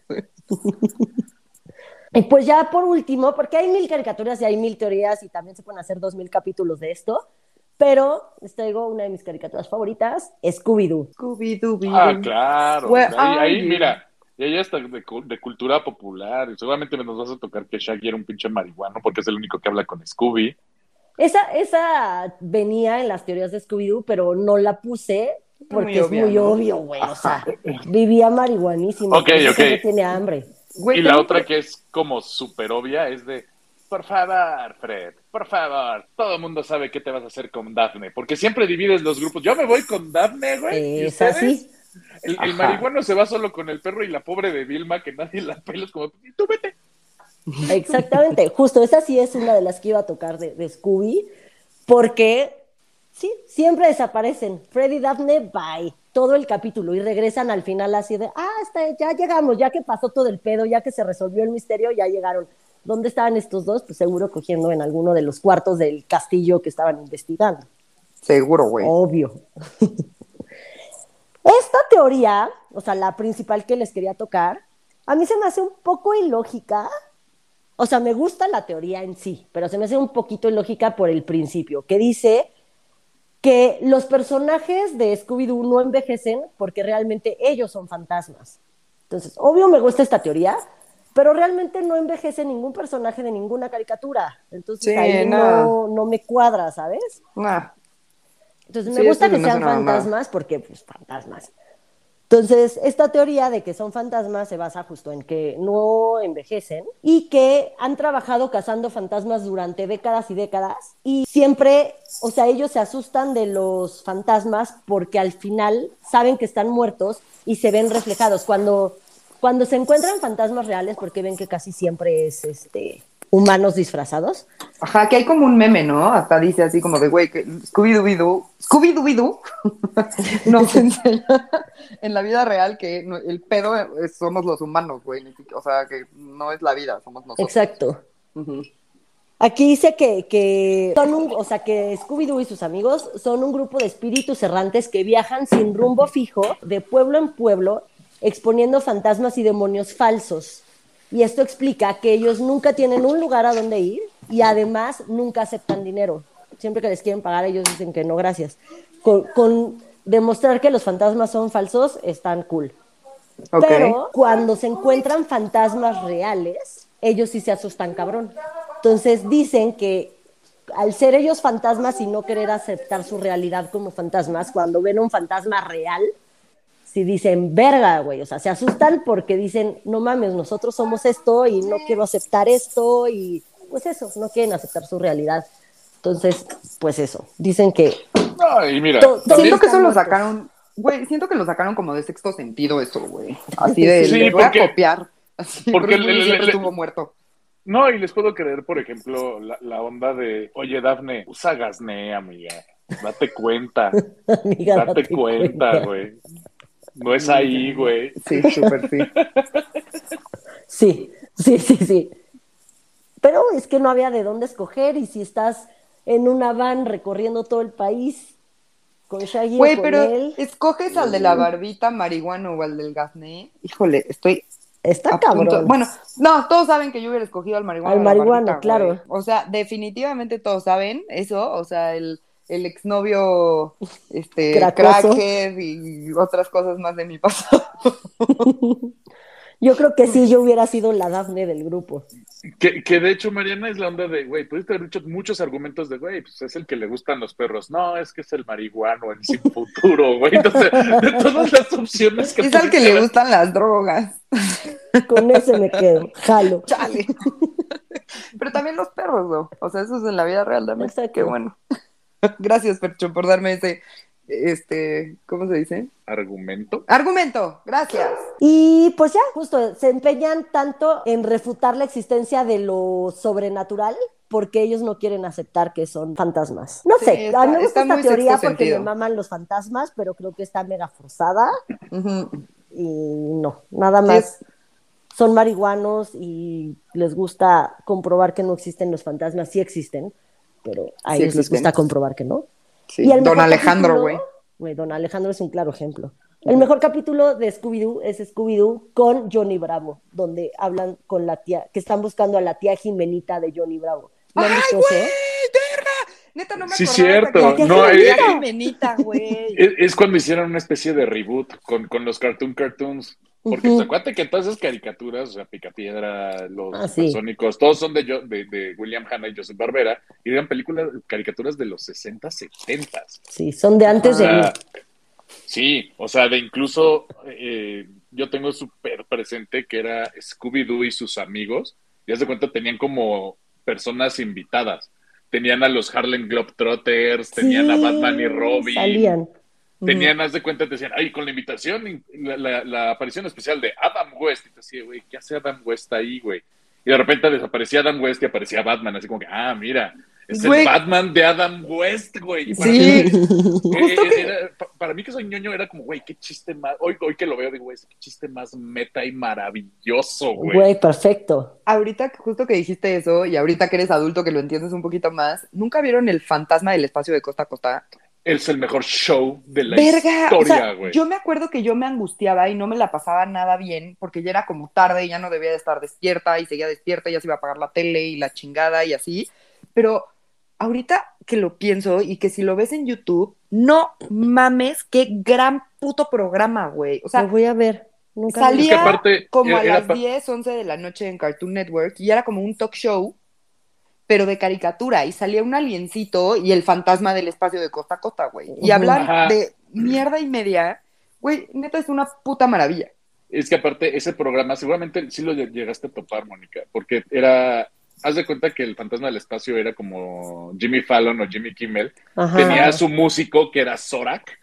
Y pues ya por último, porque hay mil caricaturas y hay mil teorías y también se pueden hacer dos mil capítulos de esto, pero les traigo una de mis caricaturas favoritas, Scooby-Doo. Ah, Scooby-Doo. claro. Where Ahí, are ahí, you? mira, y ahí está de, cu- de cultura popular. Y seguramente nos vas a tocar que Shaggy era un pinche marihuano porque es el único que habla con Scooby. Esa, esa venía en las teorías de Scooby-Doo, pero no la puse Muy porque es obvia, muy ¿no? obvio, güey. O Ajá. sea, vivía marihuanísimo, Ok, por eso ok. siempre tiene hambre. Güey, Y la tengo otra pre- que es como súper obvia es de, por favor, Fred, por favor, todo el mundo sabe qué te vas a hacer con Daphne, porque siempre divides los grupos. Yo me voy con Daphne, güey, y Es ustedes, así. el, el Ajá. marihuano se va solo con el perro y la pobre de Vilma, que nadie la pela, es como, "Y tú vete". Exactamente. Justo esa sí es una de las que iba a tocar de, de Scooby, porque sí, siempre desaparecen. Freddy y Daphne, bye. Todo el capítulo y regresan al final así de, ah, está, ya llegamos, ya que pasó todo el pedo, ya que se resolvió el misterio, ya llegaron. ¿Dónde estaban estos dos? Pues seguro cogiendo en alguno de los cuartos del castillo que estaban investigando. Seguro, güey. Obvio. Esta teoría, o sea, la principal que les quería tocar, a mí se me hace un poco ilógica. O sea, me gusta la teoría en sí, pero se me hace un poquito ilógica por el principio, que dice que los personajes de Scooby-Doo no envejecen porque realmente ellos son fantasmas. Entonces, obvio me gusta esta teoría, pero realmente no envejece ningún personaje de ninguna caricatura. Entonces Sí, ahí nada. no, no me cuadra, ¿sabes? Nah. Entonces Sí, me eso gusta se que me hace sean una mamada. fantasmas porque, pues, fantasmas. Entonces, esta teoría de que son fantasmas se basa justo en que no envejecen y que han trabajado cazando fantasmas durante décadas y décadas y siempre, o sea, ellos se asustan de los fantasmas porque al final saben que están muertos y se ven reflejados. Cuando, cuando se encuentran fantasmas reales, porque ven que casi siempre es este, humanos disfrazados. Ajá, que hay como un meme, ¿no? Hasta dice así como de, güey, que Scooby-Doo, Scooby-Doo, nos enseña en la vida real que no- el pedo es- somos los humanos, güey. ni siquiera- O sea, que no es la vida, somos nosotros. Exacto. Ujú. Aquí dice que, que son un, o sea, que Scooby-Doo y sus amigos son un grupo de espíritus errantes que viajan sin rumbo fijo, de pueblo en pueblo, exponiendo fantasmas y demonios falsos. Y esto explica que ellos nunca tienen un lugar a donde ir y además nunca aceptan dinero. Siempre que les quieren pagar, ellos dicen que no, gracias. Con, con demostrar que los fantasmas son falsos, están cool. Ok. Pero cuando se encuentran fantasmas reales, ellos sí se asustan cabrón. Entonces dicen que al ser ellos fantasmas y no querer aceptar su realidad como fantasmas, cuando ven un fantasma real, sí dicen, verga, güey, o sea, se asustan porque dicen, no mames, nosotros somos esto y no quiero aceptar esto y pues eso, no quieren aceptar su realidad. Entonces, pues eso, dicen que No, y mira, to- todos también, Siento que eso están lo muertos. sacaron, güey, siento que lo sacaron como de sexto sentido eso, güey. Así de, Sí. les Sí, voy porque- a copiar. Así, porque Bruce Willis le- le- siempre le- estuvo muerto. no, y les puedo creer, por ejemplo, la, la onda de, oye, Dafne, usa Gasné, amiga, date cuenta, Amiga, date date cuenta, cuenta. güey. No es ahí, güey. Sí, súper sí. Sí, sí, sí, sí. Pero es que no había de dónde escoger y si estás en una van recorriendo todo el país, con Shaggy o Güey, con pero él. ¿escoges al de la barbita marihuana o al del gazné? Híjole, estoy Está a punto. cabrón. Bueno, no, todos saben que yo hubiera escogido al marihuana Al o a la marihuano, barbita, claro. güey. O sea, definitivamente todos saben eso. O sea, el, el exnovio, este, Cracoso. crackhead y otras cosas más de mi pasado. Yo creo que sí, yo hubiera sido la Dafne del grupo. Que, que de hecho, Mariana, es la onda de, güey, pudiste haber dicho muchos argumentos de, güey, pues es el que le gustan los perros. No, es que es el marihuano, el sin futuro, güey. Entonces, de todas las opciones que Es al que pudiste le haber- gustan las drogas. Con ese me quedo, jalo. Chale. Pero también los perros, ¿no? O sea, eso es en la vida real también. Exacto. Qué bueno. Gracias, Percho, por darme ese, este, ¿cómo se dice? argumento. Argumento. Gracias. Y pues ya, justo, se empeñan tanto en refutar la existencia de lo sobrenatural porque ellos no quieren aceptar que son fantasmas. No Sí, sé, está- a mí me está gusta esta muy teoría sexto porque sentido. me maman los fantasmas, pero creo que está mega forzada Ujú. y no, nada Sí, más. es- Son marihuanos y les gusta comprobar que no existen los fantasmas, sí existen, pero a Sí ellos les existen. gusta comprobar que no. Sí. Y el Don mejor Alejandro, capítulo- güey. Güey, Don Alejandro es un claro ejemplo. El mejor capítulo de Scooby-Doo es Scooby-Doo con Johnny Bravo, donde hablan con la tía, que están buscando a la tía Jimenita de Johnny Bravo. ¿No han ¡Ay, visto güey! eso? ¡Verga! Neta, no me Sí, acordaba hasta cierto. que No, la eh, tía eh, Jimenita, güey. Es, es cuando hicieron una especie de reboot con, con los Cartoon Cartoons. Porque Ujú. pues, acuérdate que todas esas caricaturas, o sea, Picapiedra, los Ah, sí. Supersónicos, todos son de, Jo- de, de William Hanna y Joseph Barbera, y eran películas, caricaturas de los sesenta, setenta. Sí, son de antes O de mí. sea, sí, o sea, de incluso eh, yo tengo súper presente que era Scooby-Doo y sus amigos, y haz de cuenta tenían como personas invitadas. Tenían a los Harlem Globetrotters, tenían a Batman y Sí, Robin, salían. tenían, haz de cuenta, te decían, ay, con la invitación, la, la, la aparición especial de Adam West, y te decía, güey, ¿qué hace Adam West ahí, güey? Y de repente desaparecía Adam West y aparecía Batman, así como que, ah, mira, es Güey. el Batman de Adam West, güey. Y para Sí. mí, eh, Justo eh, que- era- pa- para mí que soy ñoño era como, güey, qué chiste más, hoy, hoy que lo veo, digo, güey, qué chiste más meta y maravilloso, güey. Güey, perfecto. Ahorita, que- justo que dijiste eso, y ahorita que eres adulto, que lo entiendes un poquito más, ¿nunca vieron el fantasma del espacio de costa a costa? Es el mejor show de la Verga, o historia, sea, güey. yo me acuerdo que yo me angustiaba y no me la pasaba nada bien porque ya era como tarde y ya no debía de estar despierta y seguía despierta y ya se iba a apagar la tele y la chingada y así, pero ahorita que lo pienso y que si lo ves en YouTube, no mames, qué gran puto programa, güey. O sea, Lo voy a ver. Nunca lo- salía Es que aparte, como a era- era las pa- diez, once de la noche en Cartoon Network y era como un talk show, pero de caricatura, y salía un aliencito y el fantasma del espacio de costa a costa, güey. Y Ujú. hablan Ajá. de mierda y media, güey, neta es una puta maravilla. Es que aparte, ese programa, seguramente sí lo llegaste a topar, Mónica, porque era, haz de cuenta que el fantasma del espacio era como Jimmy Fallon o Jimmy Kimmel, Ajá. tenía a su músico que era Zorak,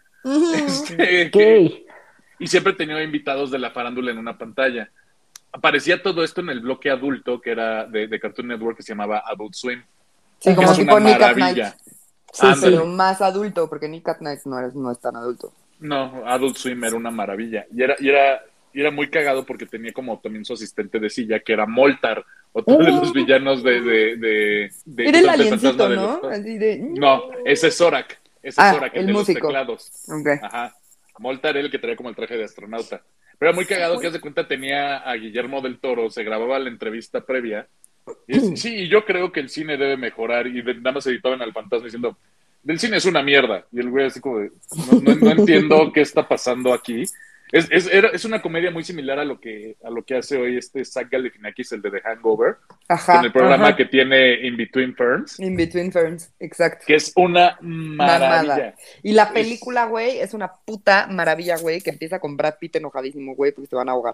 este, que- Ok. y siempre tenía invitados de la farándula en una pantalla. Aparecía todo esto en el bloque adulto que era de, de Cartoon Network que se llamaba Adult Swim. Sí, que como es tipo una Nick at maravilla. Night, Sí, Ándale. pero más adulto, porque Nick at Night no, es, no es tan adulto. No, Adult Swim era una maravilla. Y era, y era, y era muy cagado porque tenía como también su asistente de silla, que era Moltar, otro de los villanos de... de, de, de Era el del aliencito, fantasma de ¿no? los- Así de... No, ese es Zorak. Ese Ah, es Zorak, el, el de músico. los teclados. Ok. Ajá. Moltar era el que traía como el traje de astronauta. Pero era muy cagado que, haz de cuenta, tenía a Guillermo del Toro, se grababa la entrevista previa. Y es- sí, y yo creo que el cine debe mejorar. Y de- nada más editaban al fantasma diciendo, del cine es una mierda. Y el güey así como de, no, no- no entiendo qué está pasando aquí. Es, es, era- es una comedia muy similar a lo que, a lo que hace hoy este Zach Galifianakis, el de The Hangover, Ajá. con el programa ajá. que tiene In Between Ferns, In Between Ferns, exacto. que es una maravilla. Mamada. Y la película, güey, es una puta maravilla, güey, que empieza con Brad Pitt enojadísimo, güey, porque se van a ahogar.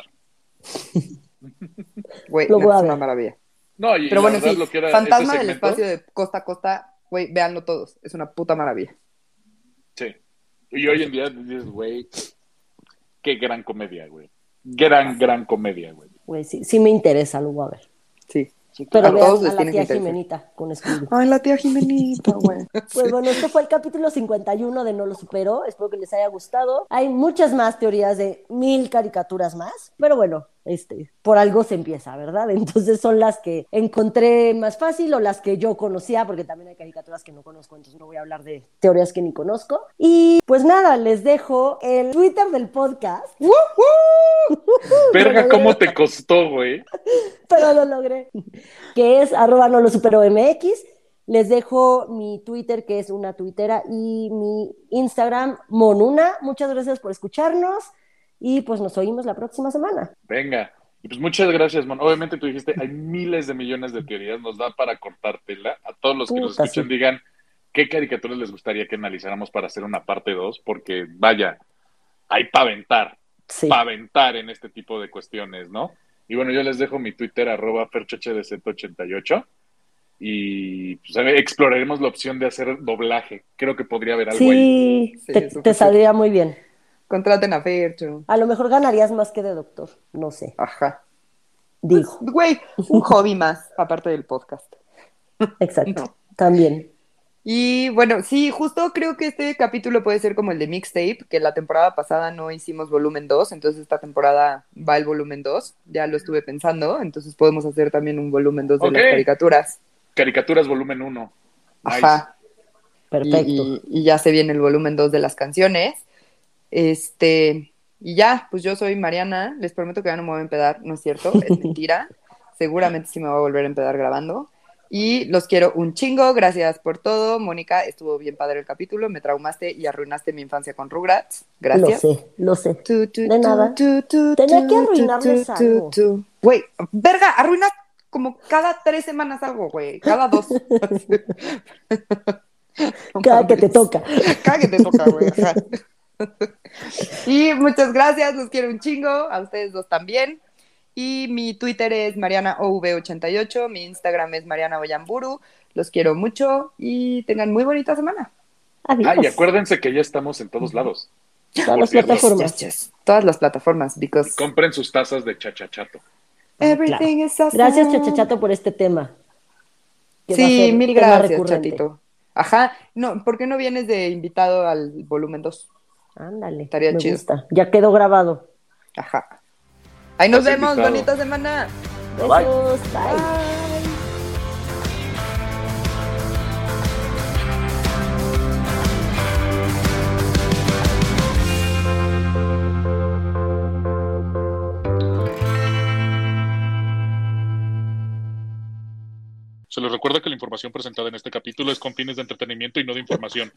Güey, Lo neta, voy a es una ver. maravilla. No, y Pero la bueno, verdad sí, lo que era Fantasma ese del segmento, espacio de costa a costa, güey, véanlo todos. Es una puta maravilla. sí. Y hoy en día dices, güey, qué gran comedia, güey. Gran, gran comedia, güey. Güey, sí, sí me interesa, lo voy a ver. Sí. Pero A vean todos a les la tiene que tía interesar. Jimenita con Scooby. Ay, la tía Jimenita, güey. Pues bueno, este fue el capítulo cincuenta y uno de No lo supero. Espero que les haya gustado. Hay muchas más teorías de mil caricaturas más. Pero bueno, este, por algo se empieza, ¿verdad? Entonces son las que encontré más fácil o las que yo conocía, porque también hay caricaturas que no conozco, entonces no voy a hablar de teorías que ni conozco. Y pues nada, les dejo el Twitter del podcast. ¡Woo-hoo! Verga, ¿cómo te costó, güey? Pero lo logré. Que es arroba no lo supero mx. Les dejo mi Twitter, que es una tuitera, y mi Instagram, Monuna. Muchas gracias por escucharnos y pues nos oímos la próxima semana. Venga. Y pues muchas gracias, man. Obviamente tú dijiste, hay miles de millones de teorías, nos da para cortártela. A todos los que nos Puta, escuchan, sí. digan qué caricaturas les gustaría que analizáramos para hacer una parte dos, porque vaya, hay para aventar, Sí. para aventar en este tipo de cuestiones, ¿no? Y bueno, yo les dejo mi Twitter, arroba ferchohdz ochenta y ocho, y pues, a ver, exploraremos la opción de hacer doblaje. Creo que podría haber algo ahí. Sí, Sí, te, súper te saldría muy bien. Contraten a Fercho. A lo mejor ganarías más que de doctor, no sé, Ajá. digo. Pues, güey, un hobby más, aparte del podcast. Exacto, No. también. Y bueno, sí, justo creo que este capítulo puede ser como el de mixtape, que la temporada pasada no hicimos volumen dos, entonces esta temporada va el volumen dos, ya lo estuve pensando, entonces podemos hacer también un volumen dos de Ok. las caricaturas. Caricaturas volumen uno. Nice. Ajá. Y, Perfecto. y- y ya se viene el volumen dos de las canciones. Este, y ya, pues yo soy Mariana, les prometo que ya no me voy a empedar, no es cierto, es mentira. Seguramente sí me voy a volver a empedar grabando. Y los quiero un chingo, gracias por todo. Mónica, estuvo bien padre el capítulo, me traumaste y arruinaste mi infancia con Rugrats. Lo Gracias. sé, lo sé. Tu, tu, De tu, nada. tu, tu, Tenía tu, que tu, arruinarles tu, algo. tu. Güey, verga, arruinas como cada tres semanas algo, güey, cada dos. No Cada que te mames. toca. Cada que te toca, güey. Ajá. Y muchas gracias, los quiero un chingo, a ustedes dos también. Y mi Twitter es mariana o v ochenta y ocho, mi Instagram es Mariana Oyamburu. Los quiero mucho y tengan muy bonita semana. Adiós. Ah, y acuérdense que ya estamos en todos lados. Todas Por las cierto, plataformas. Yes, yes. Todas las plataformas, because compren sus tazas de chachachato. Ah, everything claro. is awesome. Gracias, Chachachato, por este tema. Que va a Sí, ser mil tema gracias, recurrente. chatito. Ajá, no, ¿por qué no vienes de invitado al volumen dos? Ándale, Estaría me chido. gusta. Ya quedó grabado. Ajá. Ahí nos Estás vemos, invitado. bonita semana. Bye, bye. Besos, bye. Bye. Se les recuerda que la información presentada en este capítulo es con fines de entretenimiento y no de información.